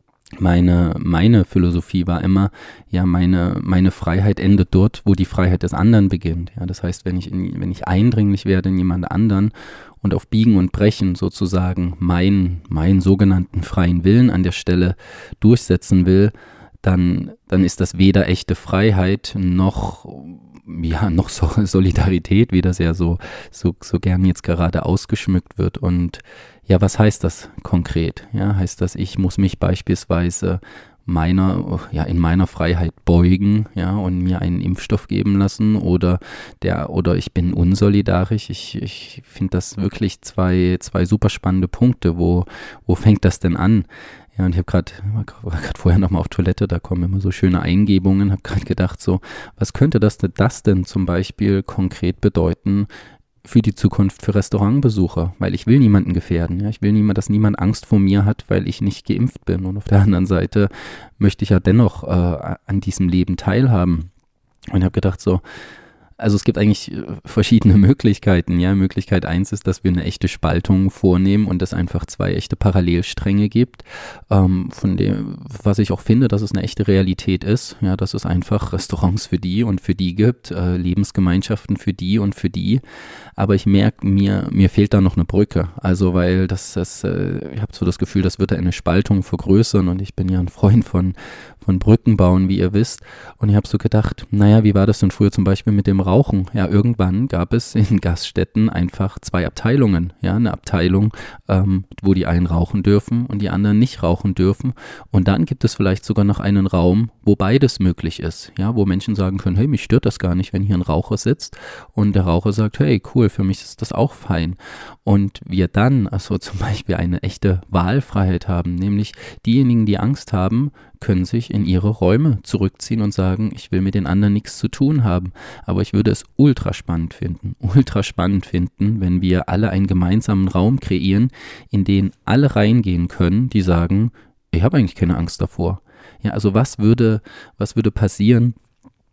meine, meine Philosophie war immer, ja, meine, meine Freiheit endet dort, wo die Freiheit des anderen beginnt. Ja, das heißt, wenn ich, in, wenn ich eindringlich werde in jemand anderen und auf Biegen und Brechen sozusagen meinen, meinen sogenannten freien Willen an der Stelle durchsetzen will, dann, dann ist das weder echte Freiheit noch, ja, noch so Solidarität, wie das ja so, so, so gern jetzt gerade ausgeschmückt wird. Und ja, was heißt das konkret? Ja, heißt das, ich muss mich beispielsweise meiner, ja, in meiner Freiheit beugen, ja, und mir einen Impfstoff geben lassen, oder der, oder ich bin unsolidarisch. Ich, ich finde das wirklich zwei, zwei super spannende Punkte. Wo, wo fängt das denn an? Ja, und ich habe gerade, war gerade vorher nochmal auf Toilette, da kommen immer so schöne Eingebungen, habe gerade gedacht so, was könnte das, das denn zum Beispiel konkret bedeuten für die Zukunft für Restaurantbesucher? Weil ich will niemanden gefährden, ja, ich will niemand, dass niemand Angst vor mir hat, weil ich nicht geimpft bin, und auf der anderen Seite möchte ich ja dennoch äh, an diesem Leben teilhaben. Und ich habe gedacht so, also es gibt eigentlich verschiedene Möglichkeiten. Ja, Möglichkeit eins ist, dass wir eine echte Spaltung vornehmen und es einfach zwei echte Parallelstränge gibt, ähm, von dem, was ich auch finde, dass es eine echte Realität ist. Ja, dass es einfach Restaurants für die und für die gibt, äh, Lebensgemeinschaften für die und für die. Aber ich merke, mir mir fehlt da noch eine Brücke. Also weil das, das äh, ich habe so das Gefühl, das wird eine Spaltung vergrößern, und ich bin ja ein Freund von von Brücken bauen, wie ihr wisst. Und ich habe so gedacht, naja, wie war das denn früher zum Beispiel mit dem Rauchen? Ja, irgendwann gab es in Gaststätten einfach zwei Abteilungen. Ja, eine Abteilung, ähm, wo die einen rauchen dürfen und die anderen nicht rauchen dürfen. Und dann gibt es vielleicht sogar noch einen Raum, wo beides möglich ist. Ja, wo Menschen sagen können, hey, mich stört das gar nicht, wenn hier ein Raucher sitzt. Und der Raucher sagt, hey, cool, für mich ist das auch fein. Und wir dann also zum Beispiel eine echte Wahlfreiheit haben, nämlich diejenigen, die Angst haben, können sich in ihre Räume zurückziehen und sagen, ich will mit den anderen nichts zu tun haben. Aber ich würde es ultra spannend finden, ultra spannend finden, wenn wir alle einen gemeinsamen Raum kreieren, in den alle reingehen können, die sagen, ich habe eigentlich keine Angst davor. Ja, also was würde, was würde passieren,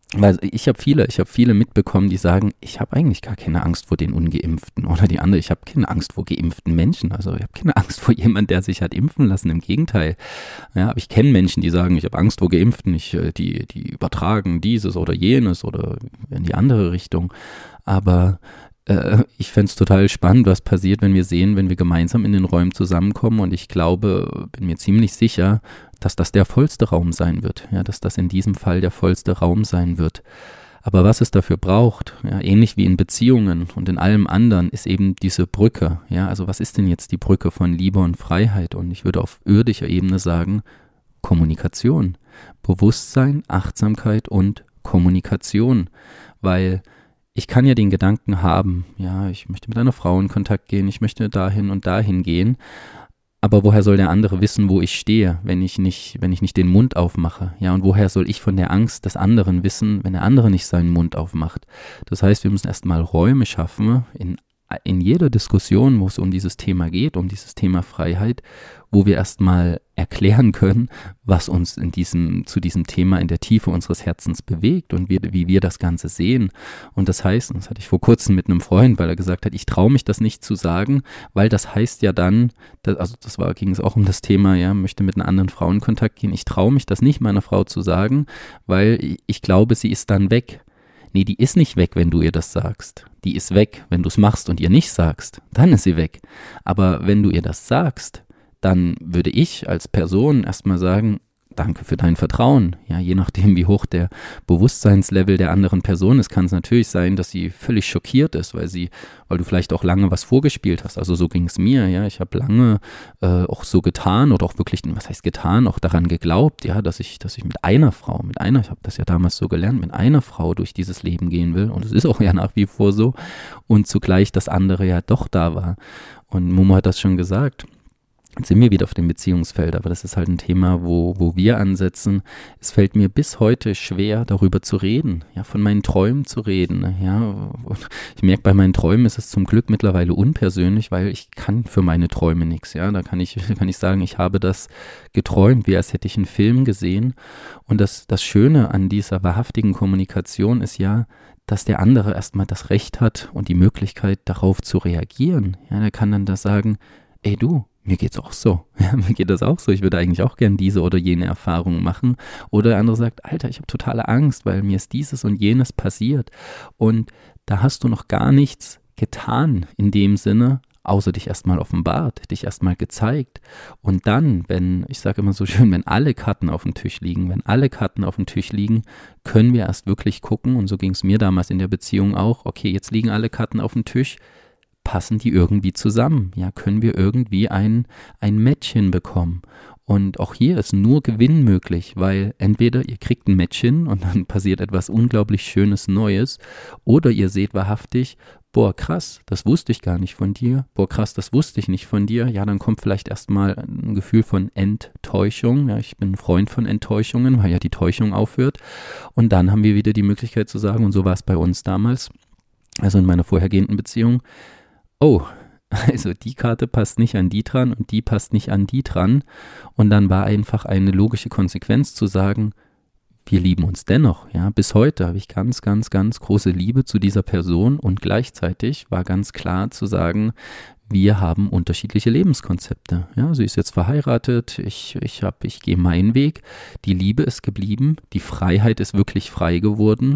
Weil ich habe viele, ich habe viele mitbekommen, die sagen, ich habe eigentlich gar keine Angst vor den Ungeimpften. Oder die andere, ich habe keine Angst vor geimpften Menschen. Also ich habe keine Angst vor jemand, der sich hat impfen lassen. Im Gegenteil. Ja, aber ich kenne Menschen, die sagen, ich habe Angst vor Geimpften. Ich, die, die übertragen dieses oder jenes oder in die andere Richtung. Aber äh, ich fände es total spannend, was passiert, wenn wir sehen, wenn wir gemeinsam in den Räumen zusammenkommen. Und ich glaube, bin mir ziemlich sicher, dass das der vollste Raum sein wird, ja, dass das in diesem Fall der vollste Raum sein wird. Aber was es dafür braucht, ja, ähnlich wie in Beziehungen und in allem anderen, ist eben diese Brücke. Ja, also was ist denn jetzt die Brücke von Liebe und Freiheit? Und ich würde auf irdischer Ebene sagen, Kommunikation, Bewusstsein, Achtsamkeit und Kommunikation, weil ich kann ja den Gedanken haben, ja, ich möchte mit einer Frau in Kontakt gehen, ich möchte dahin und dahin gehen, aber woher soll der andere wissen, wo ich stehe, wenn ich nicht, wenn ich nicht den Mund aufmache? Ja, und woher soll ich von der Angst des anderen wissen, wenn der andere nicht seinen Mund aufmacht? Das heißt, wir müssen erstmal Räume schaffen, in, in jeder Diskussion, wo es um dieses Thema geht, um dieses Thema Freiheit, wo wir erstmal erklären können, was uns in diesem, zu diesem Thema in der Tiefe unseres Herzens bewegt und wie, wie wir das Ganze sehen. Und das heißt, und das hatte ich vor kurzem mit einem Freund, weil er gesagt hat, ich traue mich das nicht zu sagen, weil das heißt ja dann, dass, also das war, ging es auch um das Thema, ja, möchte mit einer anderen Frau in Kontakt gehen, ich traue mich das nicht meiner Frau zu sagen, weil ich glaube, sie ist dann weg. Nee, die ist nicht weg, wenn du ihr das sagst. Die ist weg, wenn du es machst und ihr nicht sagst. Dann ist sie weg. Aber wenn du ihr das sagst, dann würde ich als Person erstmal sagen, danke für dein Vertrauen. Ja, je nachdem, wie hoch der Bewusstseinslevel der anderen Person ist, kann es natürlich sein, dass sie völlig schockiert ist, weil sie, weil du vielleicht auch lange was vorgespielt hast. Also so ging es mir, ja. Ich habe lange äh, auch so getan oder auch wirklich, was heißt getan, auch daran geglaubt, ja, dass ich, dass ich mit einer Frau, mit einer, ich habe das ja damals so gelernt, mit einer Frau durch dieses Leben gehen will. Und es ist auch ja nach wie vor so. Und zugleich das andere ja doch da war. Und Momo hat das schon gesagt. Jetzt sind wir wieder auf dem Beziehungsfeld, aber das ist halt ein Thema, wo, wo wir ansetzen. Es fällt mir bis heute schwer, darüber zu reden, ja, von meinen Träumen zu reden, ja. Ich merke, bei meinen Träumen ist es zum Glück mittlerweile unpersönlich, weil ich kann für meine Träume nichts, ja. Da kann ich, kann ich sagen, ich habe das geträumt, wie als hätte ich einen Film gesehen. Und das, das Schöne an dieser wahrhaftigen Kommunikation ist ja, dass der andere erstmal das Recht hat und die Möglichkeit, darauf zu reagieren. Ja, der kann dann da sagen, ey du, mir geht's auch so. Ja, mir geht das auch so. Ich würde eigentlich auch gern diese oder jene Erfahrung machen. Oder der andere sagt, Alter, ich habe totale Angst, weil mir ist dieses und jenes passiert. Und da hast du noch gar nichts getan in dem Sinne, außer dich erstmal offenbart, dich erstmal gezeigt. Und dann, wenn, ich sage immer so schön, wenn alle Karten auf dem Tisch liegen, wenn alle Karten auf dem Tisch liegen, können wir erst wirklich gucken, und so ging es mir damals in der Beziehung auch, okay, jetzt liegen alle Karten auf dem Tisch, passen die irgendwie zusammen? Ja, können wir irgendwie ein, ein Match hinbekommen? Und auch hier ist nur Gewinn möglich, weil entweder ihr kriegt ein Match hin und dann passiert etwas unglaublich Schönes Neues, oder ihr seht wahrhaftig, boah, krass, das wusste ich gar nicht von dir, boah, krass, das wusste ich nicht von dir, ja, dann kommt vielleicht erstmal ein Gefühl von Enttäuschung, ja, ich bin ein Freund von Enttäuschungen, weil ja die Täuschung aufhört, und dann haben wir wieder die Möglichkeit zu sagen, und so war es bei uns damals, also in meiner vorhergehenden Beziehung, oh, also die Karte passt nicht an die dran und die passt nicht an die dran. Und dann war einfach eine logische Konsequenz zu sagen, wir lieben uns dennoch. Ja, bis heute habe ich ganz, ganz, ganz große Liebe zu dieser Person, und gleichzeitig war ganz klar zu sagen, wir haben unterschiedliche Lebenskonzepte. Ja, sie ist jetzt verheiratet, ich, ich, hab, ich gehe meinen Weg, die Liebe ist geblieben, die Freiheit ist wirklich frei geworden,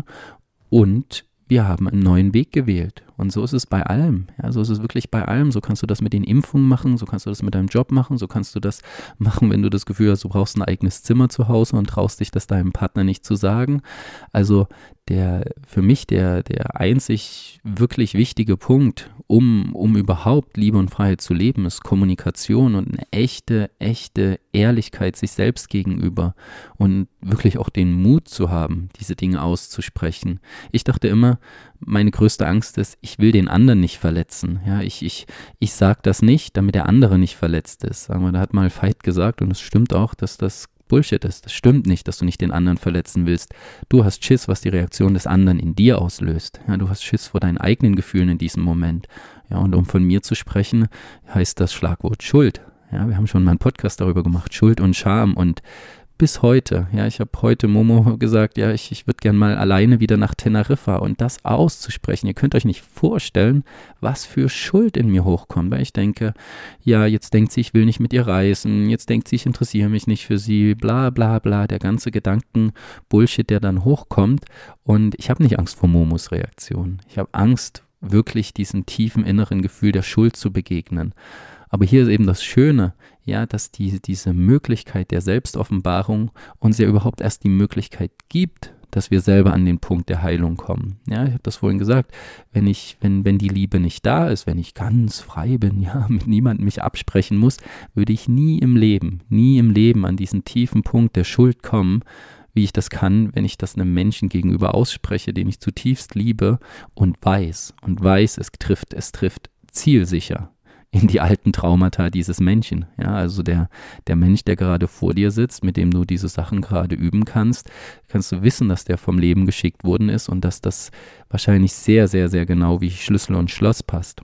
und wir haben einen neuen Weg gewählt. Und so ist es bei allem. Ja, so ist es wirklich bei allem. So kannst du das mit den Impfungen machen, so kannst du das mit deinem Job machen, so kannst du das machen, wenn du das Gefühl hast, du brauchst ein eigenes Zimmer zu Hause und traust dich das deinem Partner nicht zu sagen. Also der, für mich der, der einzig wirklich wichtige Punkt, um, um überhaupt Liebe und Freiheit zu leben, ist Kommunikation und eine echte, echte Ehrlichkeit sich selbst gegenüber und wirklich auch den Mut zu haben, diese Dinge auszusprechen. Ich dachte immer, meine größte Angst ist, ich will den anderen nicht verletzen. Ja, ich, ich, ich sage das nicht, damit der andere nicht verletzt ist. Sagen wir, da hat mal Veit gesagt, und es stimmt auch, dass das Bullshit ist. Das stimmt nicht, dass du nicht den anderen verletzen willst. Du hast Schiss, was die Reaktion des anderen in dir auslöst. Ja, du hast Schiss vor deinen eigenen Gefühlen in diesem Moment. Ja, und um von mir zu sprechen, heißt das Schlagwort Schuld. Ja, wir haben schon mal einen Podcast darüber gemacht, Schuld und Scham. Und bis heute. Ja, ich habe heute Momo gesagt, ja, ich, ich würde gern mal alleine wieder nach Teneriffa, und das auszusprechen. Ihr könnt euch nicht vorstellen, was für Schuld in mir hochkommt, weil ich denke, ja, jetzt denkt sie, ich will nicht mit ihr reisen, jetzt denkt sie, ich interessiere mich nicht für sie, bla bla bla, der ganze Gedanken-Bullshit, der dann hochkommt, und ich habe nicht Angst vor Momos Reaktion. Ich habe Angst, wirklich diesem tiefen inneren Gefühl der Schuld zu begegnen. Aber hier ist eben das Schöne, ja, dass die, diese Möglichkeit der Selbstoffenbarung uns ja überhaupt erst die Möglichkeit gibt, dass wir selber an den Punkt der Heilung kommen. Ja, ich habe das vorhin gesagt, wenn ich, wenn, wenn die Liebe nicht da ist, wenn ich ganz frei bin, ja, mit niemandem mich absprechen muss, würde ich nie im Leben, nie im Leben an diesen tiefen Punkt der Schuld kommen, wie ich das kann, wenn ich das einem Menschen gegenüber ausspreche, den ich zutiefst liebe und weiß, und weiß, es trifft, es trifft zielsicher in die alten Traumata dieses Menschen. Ja, also der, der Mensch, der gerade vor dir sitzt, mit dem du diese Sachen gerade üben kannst, kannst du wissen, dass der vom Leben geschickt worden ist und dass das wahrscheinlich sehr, sehr, sehr genau wie Schlüssel und Schloss passt.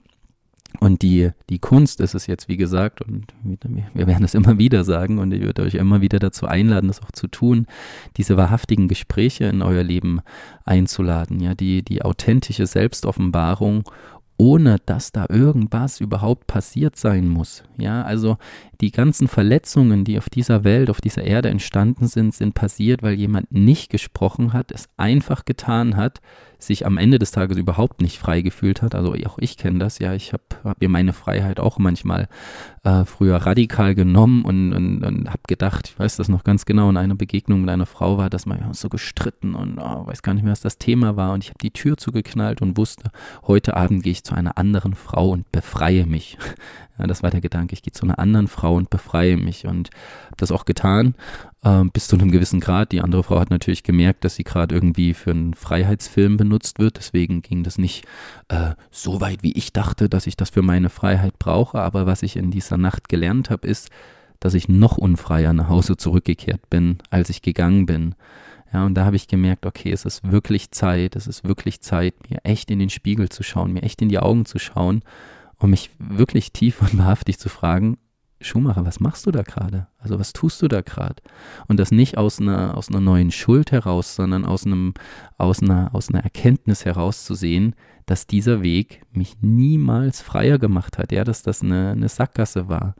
Und die, die Kunst ist es jetzt, wie gesagt, und wir werden es immer wieder sagen, und ich würde euch immer wieder dazu einladen, das auch zu tun, diese wahrhaftigen Gespräche in euer Leben einzuladen, ja, die, die authentische Selbstoffenbarung, ohne dass da irgendwas überhaupt passiert sein muss. Ja, also die ganzen Verletzungen, die auf dieser Welt, auf dieser Erde entstanden sind, sind passiert, weil jemand nicht gesprochen hat, es einfach getan hat, sich am Ende des Tages überhaupt nicht frei gefühlt hat. Also auch ich kenne das, ja, ich habe hab mir meine Freiheit auch manchmal äh, früher radikal genommen und, und, und habe gedacht, ich weiß das noch ganz genau, in einer Begegnung mit einer Frau war, dass man ja, so gestritten und oh, weiß gar nicht mehr, was das Thema war, und ich habe die Tür zugeknallt und wusste, heute Abend gehe ich zu einer anderen Frau und befreie mich. Ja, das war der Gedanke, ich gehe zu einer anderen Frau und befreie mich, und habe das auch getan, äh, bis zu einem gewissen Grad. Die andere Frau hat natürlich gemerkt, dass sie gerade irgendwie für einen Freiheitsfilm benutzt wird, deswegen ging das nicht äh, so weit, wie ich dachte, dass ich das für meine Freiheit brauche, aber was ich in dieser Nacht gelernt habe, ist, dass ich noch unfreier nach Hause zurückgekehrt bin, als ich gegangen bin. Ja, und da habe ich gemerkt, okay, es ist wirklich Zeit, es ist wirklich Zeit, mir echt in den Spiegel zu schauen, mir echt in die Augen zu schauen, um mich wirklich tief und wahrhaftig zu fragen, Schumacher, was machst du da gerade? Also was tust du da gerade? Und das nicht aus einer, aus einer neuen Schuld heraus, sondern aus, einem, aus, einer, aus einer Erkenntnis heraus zu sehen, dass dieser Weg mich niemals freier gemacht hat, ja, dass das eine, eine Sackgasse war.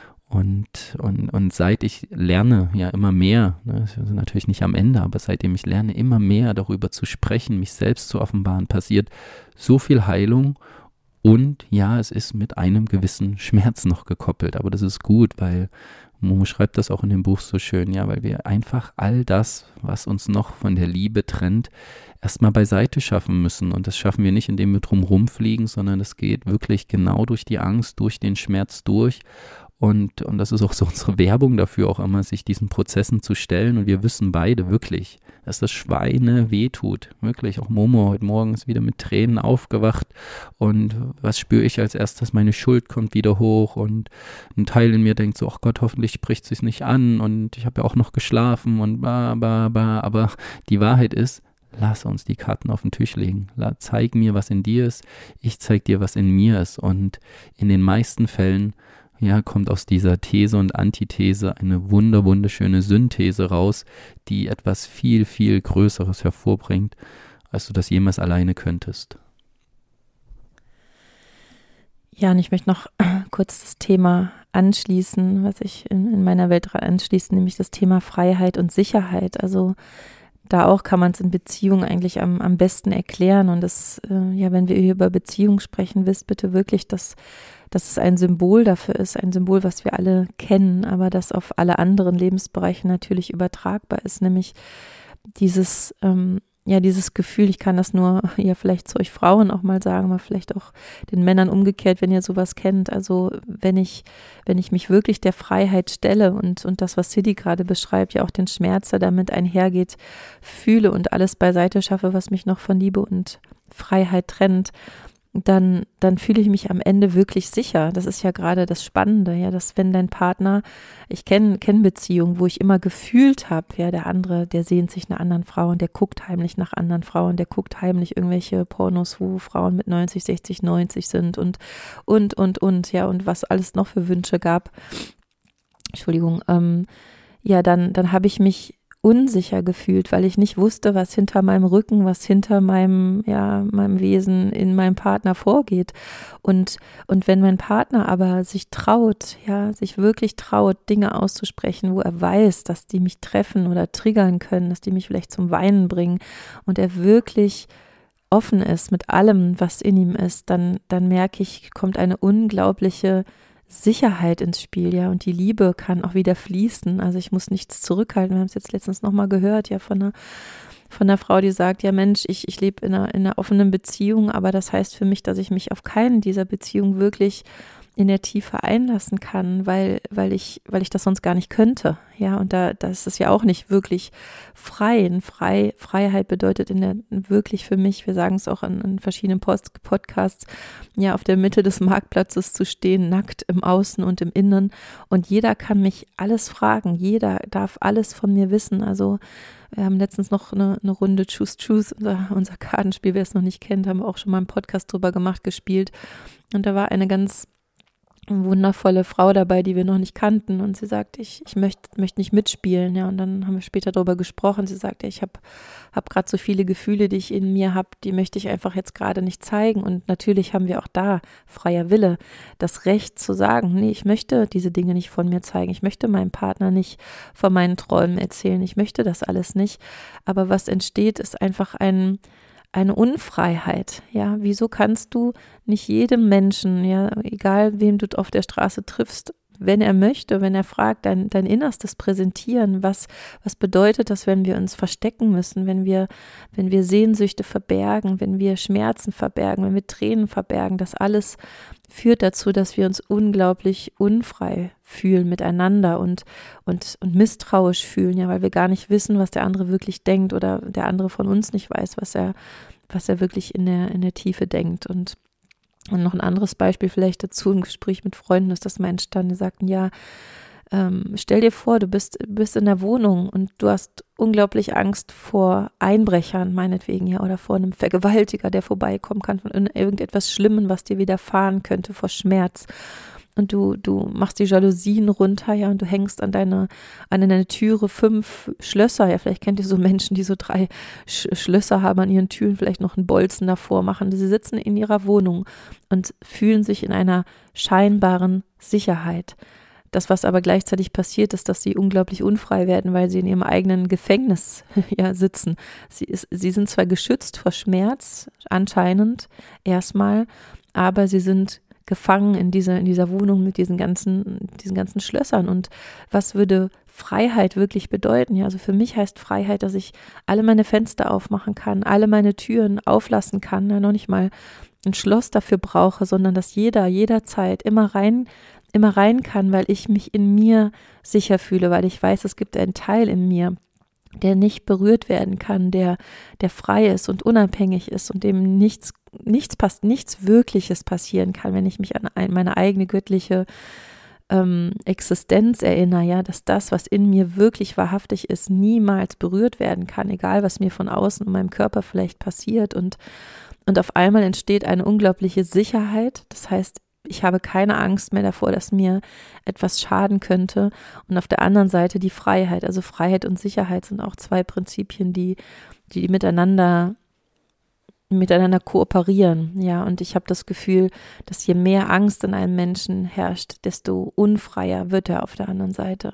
Und, und, und seit ich lerne, ja immer mehr, ne, das ist natürlich nicht am Ende, aber seitdem ich lerne, immer mehr darüber zu sprechen, mich selbst zu offenbaren, passiert so viel Heilung. Und ja, es ist mit einem gewissen Schmerz noch gekoppelt, aber das ist gut, weil Momo schreibt das auch in dem Buch so schön, ja, weil wir einfach all das, was uns noch von der Liebe trennt, erstmal beiseite schaffen müssen. Und das schaffen wir nicht, indem wir drum rumfliegen, sondern es geht wirklich genau durch die Angst, durch den Schmerz durch. Und, und das ist auch so unsere Werbung dafür, auch immer sich diesen Prozessen zu stellen. Und wir wissen beide wirklich, dass das Schweine wehtut. Wirklich, auch Momo heute Morgen ist wieder mit Tränen aufgewacht. Und was spüre ich als erstes? Meine Schuld kommt wieder hoch. Und ein Teil in mir denkt so, ach Gott, hoffentlich spricht es sich nicht an. Und ich habe ja auch noch geschlafen und ba, ba, ba. Aber die Wahrheit ist, lass uns die Karten auf den Tisch legen. Zeig mir, was in dir ist. Ich zeig dir, was in mir ist. Und in den meisten Fällen ja, kommt aus dieser These und Antithese eine wunder, wunderschöne Synthese raus, die etwas viel, viel Größeres hervorbringt, als du das jemals alleine könntest. Ja, und ich möchte noch kurz das Thema anschließen, was ich in, in meiner Welt anschließe, nämlich das Thema Freiheit und Sicherheit. Also da auch kann man es in Beziehung eigentlich am, am besten erklären. Und das, äh, ja, wenn wir hier über Beziehung sprechen, wisst bitte wirklich, dass, dass es ein Symbol dafür ist, ein Symbol, was wir alle kennen, aber das auf alle anderen Lebensbereiche natürlich übertragbar ist, nämlich dieses, ähm, ja, dieses Gefühl, ich kann das nur ja vielleicht zu euch Frauen auch mal sagen, aber vielleicht auch den Männern umgekehrt, wenn ihr sowas kennt. Also wenn ich, wenn ich mich wirklich der Freiheit stelle und, und das, was Siddhi gerade beschreibt, ja auch den Schmerz, der damit einhergeht, fühle und alles beiseite schaffe, was mich noch von Liebe und Freiheit trennt, dann, dann fühle ich mich am Ende wirklich sicher. Das ist ja gerade das Spannende, ja, dass wenn dein Partner, ich kenne kenn Beziehungen, wo ich immer gefühlt habe, ja, der andere, der sehnt sich nach anderen Frauen, der guckt heimlich nach anderen Frauen, der guckt heimlich irgendwelche Pornos, wo Frauen mit neunzig, sechzig, neunzig sind und, und, und, und, ja, und was alles noch für Wünsche gab. Entschuldigung, ähm, ja, dann, dann habe ich mich unsicher gefühlt, weil ich nicht wusste, was hinter meinem Rücken, was hinter meinem, ja, meinem Wesen in meinem Partner vorgeht. Und, und wenn mein Partner aber sich traut, ja, sich wirklich traut, Dinge auszusprechen, wo er weiß, dass die mich treffen oder triggern können, dass die mich vielleicht zum Weinen bringen und er wirklich offen ist mit allem, was in ihm ist, dann, dann merke ich, kommt eine unglaubliche Sicherheit ins Spiel, ja, und die Liebe kann auch wieder fließen. Also ich muss nichts zurückhalten. Wir haben es jetzt letztens nochmal gehört, ja, von einer, von einer Frau, die sagt, ja Mensch, ich, ich lebe in einer, in einer offenen Beziehung, aber das heißt für mich, dass ich mich auf keinen dieser Beziehungen wirklich in der Tiefe einlassen kann, weil, weil ich, weil ich das sonst gar nicht könnte. Ja, und da, das ist ja auch nicht wirklich frei. frei. Freiheit bedeutet in der, wirklich für mich, wir sagen es auch in, in verschiedenen Post, Podcasts, ja, auf der Mitte des Marktplatzes zu stehen, nackt im Außen und im Innen. Und jeder kann mich alles fragen. Jeder darf alles von mir wissen. Also, wir haben letztens noch eine, eine Runde Choose Truth, unser, unser Kartenspiel, wer es noch nicht kennt, haben wir auch schon mal einen Podcast drüber gemacht, gespielt. Und da war eine ganz wundervolle Frau dabei, die wir noch nicht kannten, und sie sagte, ich, ich möchte, möchte nicht mitspielen, ja, und dann haben wir später darüber gesprochen. Sie sagte, ich habe hab gerade so viele Gefühle, die ich in mir habe, die möchte ich einfach jetzt gerade nicht zeigen, und natürlich haben wir auch da, freier Wille, das Recht zu sagen, nee, ich möchte diese Dinge nicht von mir zeigen, ich möchte meinem Partner nicht von meinen Träumen erzählen, ich möchte das alles nicht, aber was entsteht, ist einfach ein eine Unfreiheit, ja, wieso kannst du nicht jedem Menschen, ja, egal wem du auf der Straße triffst, wenn er möchte, wenn er fragt, dein, dein Innerstes präsentieren, was, was bedeutet das, wenn wir uns verstecken müssen, wenn wir, wenn wir Sehnsüchte verbergen, wenn wir Schmerzen verbergen, wenn wir Tränen verbergen, das alles führt dazu, dass wir uns unglaublich unfrei fühlen miteinander und, und, und misstrauisch fühlen, ja, weil wir gar nicht wissen, was der andere wirklich denkt oder der andere von uns nicht weiß, was er, was er wirklich in der, in der Tiefe denkt. Und Und noch ein anderes Beispiel vielleicht dazu, im Gespräch mit Freunden ist das mal entstanden, die sagten, ja, ähm, stell dir vor, du bist, bist in der Wohnung und du hast unglaublich Angst vor Einbrechern, meinetwegen, ja, oder vor einem Vergewaltiger, der vorbeikommen kann, von irgendetwas Schlimmem, was dir widerfahren könnte, vor Schmerz. Und du, du machst die Jalousien runter, ja, und du hängst an deine, an deine Türe fünf Schlösser, ja, vielleicht kennt ihr so Menschen, die so drei Sch- Schlösser haben an ihren Türen, vielleicht noch einen Bolzen davor machen. Sie sitzen in ihrer Wohnung und fühlen sich in einer scheinbaren Sicherheit. Das, was aber gleichzeitig passiert, ist, dass sie unglaublich unfrei werden, weil sie in ihrem eigenen Gefängnis ja, sitzen. Sie, ist, sie sind zwar geschützt vor Schmerz, anscheinend erstmal, aber sie sind gefangen in dieser, in dieser Wohnung mit diesen ganzen, diesen ganzen Schlössern. Und was würde Freiheit wirklich bedeuten? Ja, also für mich heißt Freiheit, dass ich alle meine Fenster aufmachen kann, alle meine Türen auflassen kann, ja, noch nicht mal ein Schloss dafür brauche, sondern dass jeder, jederzeit immer rein, immer rein kann, weil ich mich in mir sicher fühle, weil ich weiß, es gibt einen Teil in mir, der nicht berührt werden kann, der, der frei ist und unabhängig ist und dem nichts, nichts passt, nichts Wirkliches passieren kann, wenn ich mich an ein, meine eigene göttliche ähm, Existenz erinnere, ja, dass das, was in mir wirklich wahrhaftig ist, niemals berührt werden kann, egal was mir von außen in meinem Körper vielleicht passiert, und, und auf einmal entsteht eine unglaubliche Sicherheit, das heißt, ich habe keine Angst mehr davor, dass mir etwas schaden könnte. Und auf der anderen Seite die Freiheit. Also Freiheit und Sicherheit sind auch zwei Prinzipien, die, die miteinander, miteinander kooperieren. Ja, und ich habe das Gefühl, dass je mehr Angst in einem Menschen herrscht, desto unfreier wird er auf der anderen Seite.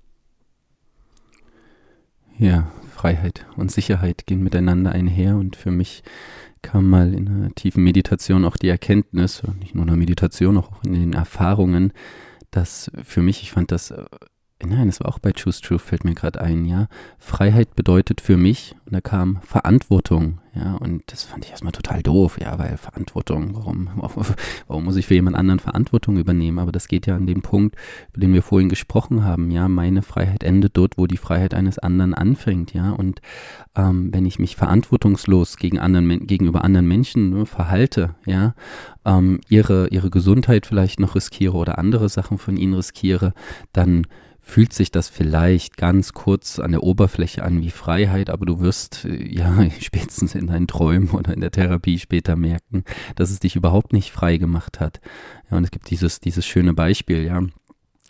Ja, Freiheit und Sicherheit gehen miteinander einher, und für mich kam mal in einer tiefen Meditation auch die Erkenntnis, nicht nur in der Meditation, auch in den Erfahrungen, dass für mich, ich fand das, nein, das war auch bei Choose Truth, fällt mir gerade ein, ja, Freiheit bedeutet für mich, und da kam Verantwortung, ja, und das fand ich erstmal total doof, ja, weil Verantwortung, warum, warum muss ich für jemand anderen Verantwortung übernehmen, aber das geht ja an dem Punkt, über den wir vorhin gesprochen haben, ja, meine Freiheit endet dort, wo die Freiheit eines anderen anfängt, ja, und ähm, wenn ich mich verantwortungslos gegen anderen, gegenüber anderen Menschen ne, verhalte, ja, ähm, ihre, ihre Gesundheit vielleicht noch riskiere oder andere Sachen von ihnen riskiere, dann fühlt sich das vielleicht ganz kurz an der Oberfläche an wie Freiheit, aber du wirst ja spätestens in deinen Träumen oder in der Therapie später merken, dass es dich überhaupt nicht frei gemacht hat. Ja, und es gibt dieses, dieses schöne Beispiel, ja.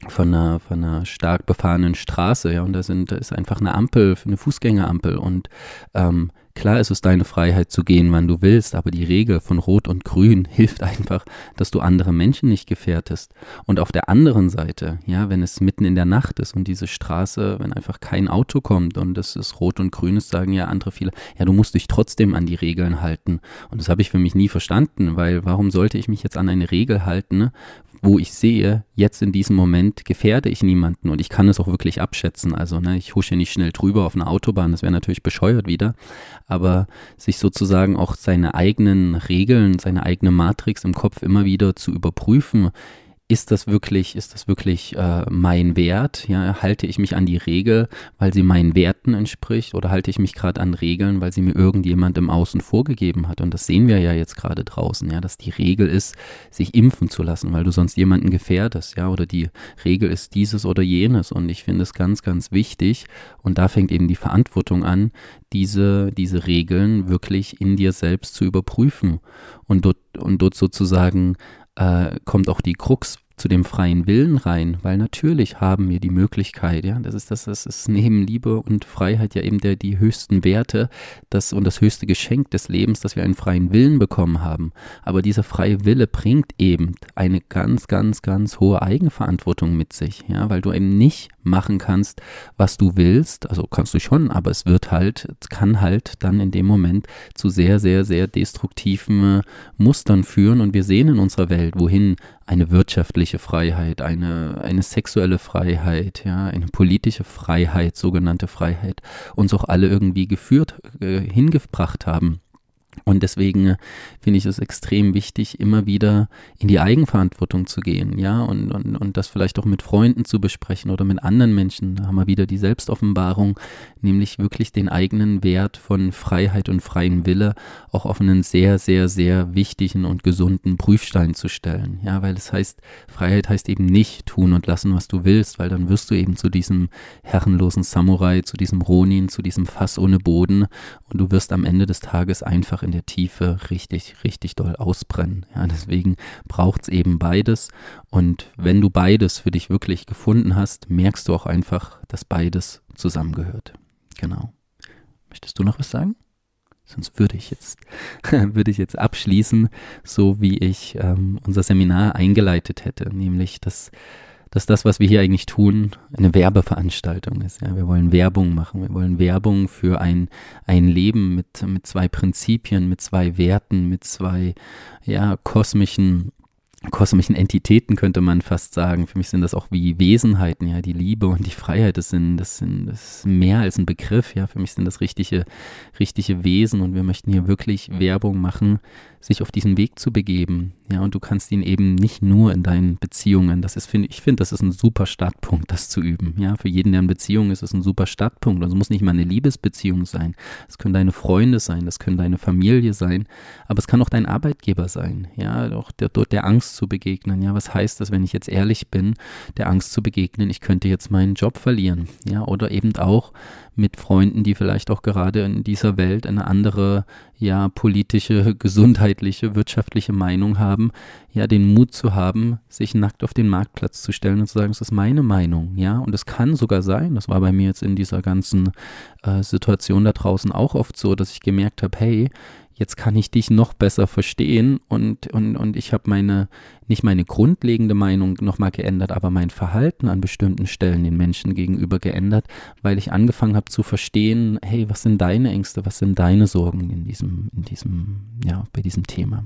von einer, von einer stark befahrenen Straße, ja, und da sind, da ist einfach eine Ampel, eine Fußgängerampel und ähm, klar ist es deine Freiheit zu gehen, wann du willst, aber die Regel von Rot und Grün hilft einfach, dass du andere Menschen nicht gefährdest. Und auf der anderen Seite, ja, wenn es mitten in der Nacht ist und diese Straße, wenn einfach kein Auto kommt und es ist Rot und Grün ist, sagen ja andere viele, ja, du musst dich trotzdem an die Regeln halten. Und das habe ich für mich nie verstanden, weil warum sollte ich mich jetzt an eine Regel halten, ne, wo ich sehe, jetzt in diesem Moment gefährde ich niemanden und ich kann es auch wirklich abschätzen. Also ne, ich husche nicht schnell drüber auf einer Autobahn, das wäre natürlich bescheuert wieder, aber sich sozusagen auch seine eigenen Regeln, seine eigene Matrix im Kopf immer wieder zu überprüfen, ist das wirklich, ist das wirklich äh, mein Wert? Ja, halte ich mich an die Regel, weil sie meinen Werten entspricht, oder halte ich mich gerade an Regeln, weil sie mir irgendjemand im Außen vorgegeben hat? Und das sehen wir ja jetzt gerade draußen, ja, dass die Regel ist, sich impfen zu lassen, weil du sonst jemanden gefährdest, ja, oder die Regel ist dieses oder jenes. Und ich finde es ganz, ganz wichtig. Und da fängt eben die Verantwortung an, diese, diese Regeln wirklich in dir selbst zu überprüfen. Und dort, und dort sozusagen äh, kommt auch die Krux zu dem freien Willen rein, weil natürlich haben wir die Möglichkeit, ja, das ist das, das ist neben Liebe und Freiheit ja eben der, die höchsten Werte, das und das höchste Geschenk des Lebens, dass wir einen freien Willen bekommen haben. Aber dieser freie Wille bringt eben eine ganz, ganz, ganz hohe Eigenverantwortung mit sich, ja, weil du eben nicht machen kannst, was du willst, also kannst du schon, aber es wird halt, es kann halt dann in dem Moment zu sehr, sehr, sehr destruktiven äh, Mustern führen und wir sehen in unserer Welt, wohin eine wirtschaftliche Freiheit, eine, eine sexuelle Freiheit, ja, eine politische Freiheit, sogenannte Freiheit, uns auch alle irgendwie geführt, äh, hingebracht haben. Und deswegen äh, finde ich es extrem wichtig, immer wieder in die Eigenverantwortung zu gehen, ja, und, und, und das vielleicht auch mit Freunden zu besprechen oder mit anderen Menschen. Da haben wir wieder die Selbstoffenbarung, nämlich wirklich den eigenen Wert von Freiheit und freien Wille auch auf einen sehr, sehr, sehr wichtigen und gesunden Prüfstein zu stellen, ja, weil es heißt, Freiheit heißt eben nicht tun und lassen, was du willst, weil dann wirst du eben zu diesem herrenlosen Samurai, zu diesem Ronin, zu diesem Fass ohne Boden und du wirst am Ende des Tages einfach in der Tiefe richtig, richtig doll ausbrennen. Ja, deswegen braucht es eben beides. Und wenn du beides für dich wirklich gefunden hast, merkst du auch einfach, dass beides zusammengehört. Genau. Möchtest du noch was sagen? Sonst würde ich jetzt, würde ich jetzt abschließen, so wie ich ähm, unser Seminar eingeleitet hätte, nämlich dass dass das, was wir hier eigentlich tun, eine Werbeveranstaltung ist. Ja, wir wollen Werbung machen. Wir wollen Werbung für ein, ein Leben mit, mit zwei Prinzipien, mit zwei Werten, mit zwei, ja, kosmischen, kosmischen Entitäten, könnte man fast sagen. Für mich sind das auch wie Wesenheiten, ja, die Liebe und die Freiheit, das sind, das sind, das ist mehr als ein Begriff, ja. Für mich sind das richtige, richtige Wesen und wir möchten hier wirklich Werbung machen, sich auf diesen Weg zu begeben, ja, und du kannst ihn eben nicht nur in deinen Beziehungen, das ist, finde ich, finde, das ist ein super Startpunkt, das zu üben, ja, für jeden, der in Beziehung ist, ist ein super Startpunkt, also es muss nicht mal eine Liebesbeziehung sein, es können deine Freunde sein, das können deine Familie sein, aber es kann auch dein Arbeitgeber sein, ja, auch der, der Angst zu begegnen, ja, was heißt das, wenn ich jetzt ehrlich bin, der Angst zu begegnen, ich könnte jetzt meinen Job verlieren, ja, oder eben auch mit Freunden, die vielleicht auch gerade in dieser Welt eine andere, ja, politische, gesundheitliche, wirtschaftliche Meinung haben, ja, den Mut zu haben, sich nackt auf den Marktplatz zu stellen und zu sagen, das ist meine Meinung, ja, und es kann sogar sein, das war bei mir jetzt in dieser ganzen äh, Situation da draußen auch oft so, dass ich gemerkt habe, hey, jetzt kann ich dich noch besser verstehen und, und, und ich habe meine, nicht meine grundlegende Meinung nochmal geändert, aber mein Verhalten an bestimmten Stellen den Menschen gegenüber geändert, weil ich angefangen habe zu verstehen, hey, was sind deine Ängste, was sind deine Sorgen in diesem, in diesem, ja, bei diesem Thema.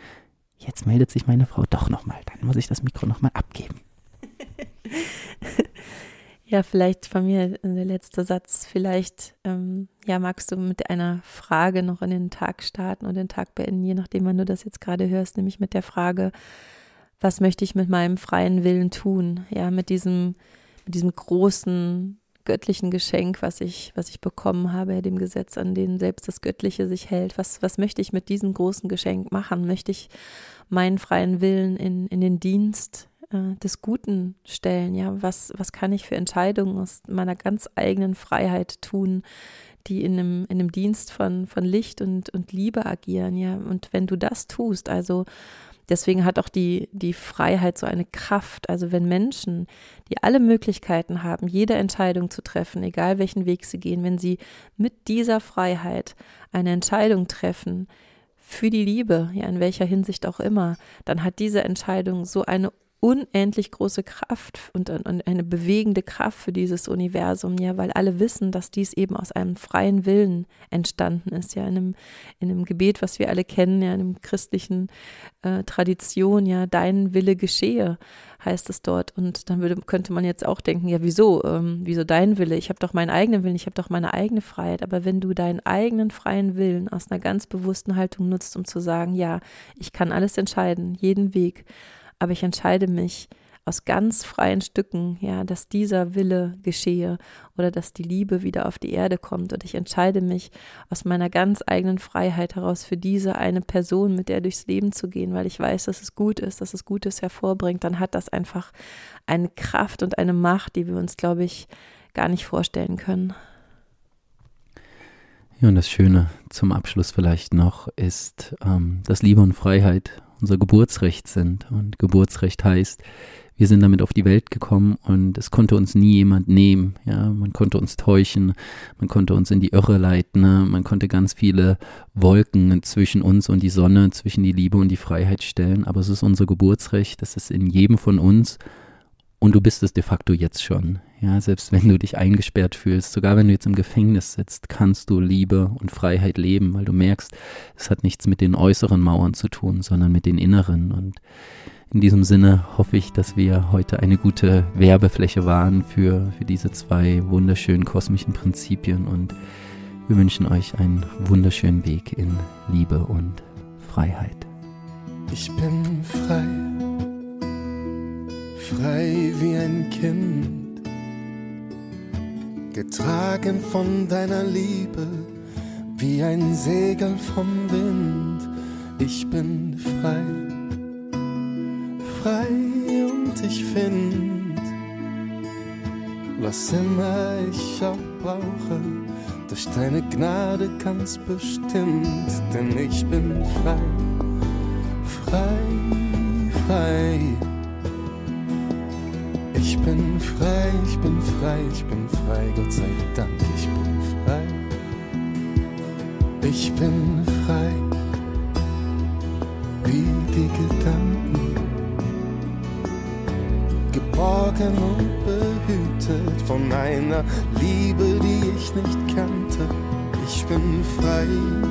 Jetzt meldet sich meine Frau doch nochmal, dann muss ich das Mikro nochmal abgeben. Ja, vielleicht von mir der letzte Satz. Vielleicht ähm, ja, magst du mit einer Frage noch in den Tag starten und den Tag beenden, je nachdem, wann du das jetzt gerade hörst, nämlich mit der Frage, was möchte ich mit meinem freien Willen tun? Ja, mit diesem, mit diesem großen göttlichen Geschenk, was ich, was ich bekommen habe, dem Gesetz, an dem selbst das Göttliche sich hält. Was, was möchte ich mit diesem großen Geschenk machen? Möchte ich meinen freien Willen in, in den Dienst des Guten stellen, ja, was, was kann ich für Entscheidungen aus meiner ganz eigenen Freiheit tun, die in einem, in einem Dienst von, von Licht und, und Liebe agieren, ja, und wenn du das tust, also deswegen hat auch die, die Freiheit so eine Kraft. Also wenn Menschen, die alle Möglichkeiten haben, jede Entscheidung zu treffen, egal welchen Weg sie gehen, wenn sie mit dieser Freiheit eine Entscheidung treffen für die Liebe, ja, in welcher Hinsicht auch immer, dann hat diese Entscheidung so eine unendlich große Kraft und, und eine bewegende Kraft für dieses Universum, ja, weil alle wissen, dass dies eben aus einem freien Willen entstanden ist, ja, in einem, in einem Gebet, was wir alle kennen, ja, in einem christlichen äh, Tradition, ja, dein Wille geschehe, heißt es dort. Und dann würde, könnte man jetzt auch denken, ja, wieso, ähm, wieso dein Wille? Ich habe doch meinen eigenen Willen, ich habe doch meine eigene Freiheit. Aber wenn du deinen eigenen freien Willen aus einer ganz bewussten Haltung nutzt, um zu sagen, ja, ich kann alles entscheiden, jeden Weg, aber ich entscheide mich aus ganz freien Stücken, ja, dass dieser Wille geschehe oder dass die Liebe wieder auf die Erde kommt, und ich entscheide mich aus meiner ganz eigenen Freiheit heraus für diese eine Person, mit der durchs Leben zu gehen, weil ich weiß, dass es gut ist, dass es Gutes hervorbringt, dann hat das einfach eine Kraft und eine Macht, die wir uns, glaube ich, gar nicht vorstellen können. Ja, und das Schöne zum Abschluss vielleicht noch ist, ähm, dass Liebe und Freiheit unser Geburtsrecht sind. Und Geburtsrecht heißt, wir sind damit auf die Welt gekommen und es konnte uns nie jemand nehmen. Ja, man konnte uns täuschen, man konnte uns in die Irre leiten, ne? Man konnte ganz viele Wolken zwischen uns und die Sonne, zwischen die Liebe und die Freiheit stellen. Aber es ist unser Geburtsrecht, das ist in jedem von uns. Und du bist es de facto jetzt schon. Ja, selbst wenn du dich eingesperrt fühlst, sogar wenn du jetzt im Gefängnis sitzt, kannst du Liebe und Freiheit leben, weil du merkst, es hat nichts mit den äußeren Mauern zu tun, sondern mit den inneren. Und in diesem Sinne hoffe ich, dass wir heute eine gute Werbefläche waren für, für diese zwei wunderschönen kosmischen Prinzipien, und wir wünschen euch einen wunderschönen Weg in Liebe und Freiheit. Ich bin frei. Frei wie ein Kind, getragen von deiner Liebe, wie ein Segel vom Wind. Ich bin frei, frei und ich find, was immer ich auch brauche, durch deine Gnade ganz bestimmt, denn ich bin frei, frei, frei. Ich bin frei, ich bin frei, ich bin frei, Gott sei Dank, ich bin frei. Ich bin frei, wie die Gedanken, geborgen und behütet von einer Liebe, die ich nicht kannte. Ich bin frei,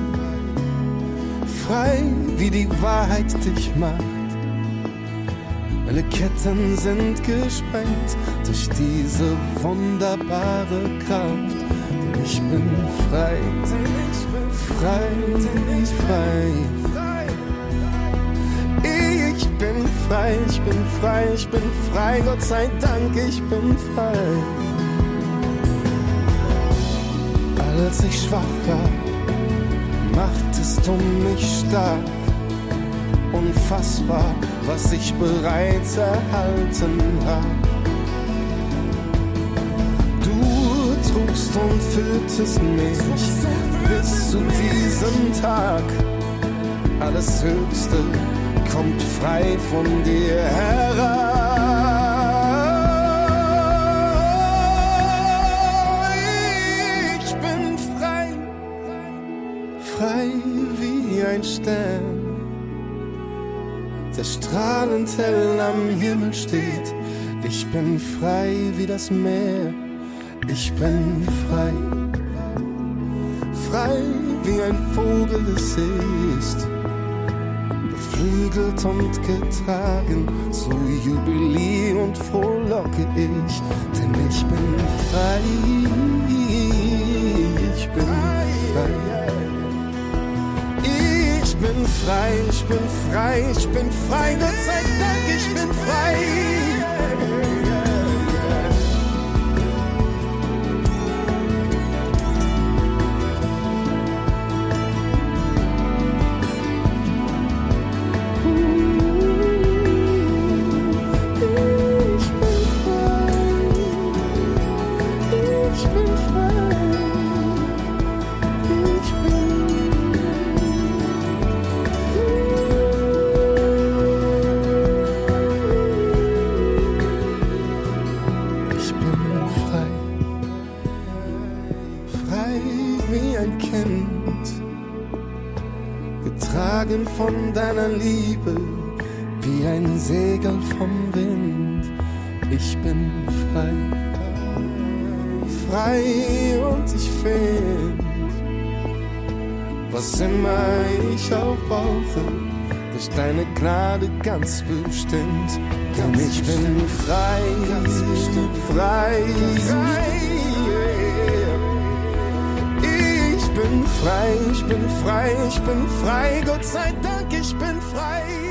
frei, wie die Wahrheit dich macht. Alle Ketten sind gesprengt durch diese wunderbare Kraft. Denn ich bin frei, denn ich bin frei, denn ich frei. Ich bin frei, ich bin frei, ich bin frei, Gott sei Dank, ich bin frei. Als ich schwach war, machtest du mich stark. Unfassbar, was ich bereits erhalten hab. Du trugst und fülltest mich bis zu diesem Tag. Alles Höchste kommt frei von dir herab. Ich bin frei, frei wie ein Stern, der strahlend hell am Himmel steht. Ich bin frei wie das Meer. Ich bin frei, frei wie ein Vogel es ist, beflügelt und getragen, so jubilier und frohlocke ich, denn ich bin frei, ich bin frei. Ich bin frei, ich bin frei, ich bin frei, Gott sei Dank, ich bin frei. von deiner Liebe wie ein Segel vom Wind. Ich bin frei, frei und ich find, was immer ich auch brauche, durch deine Gnade ganz bestimmt. Denn ich bin frei, ganz bestimmt frei, frei. Ich bin frei, ich bin frei, ich bin frei, Gott sei Dank, ich bin frei.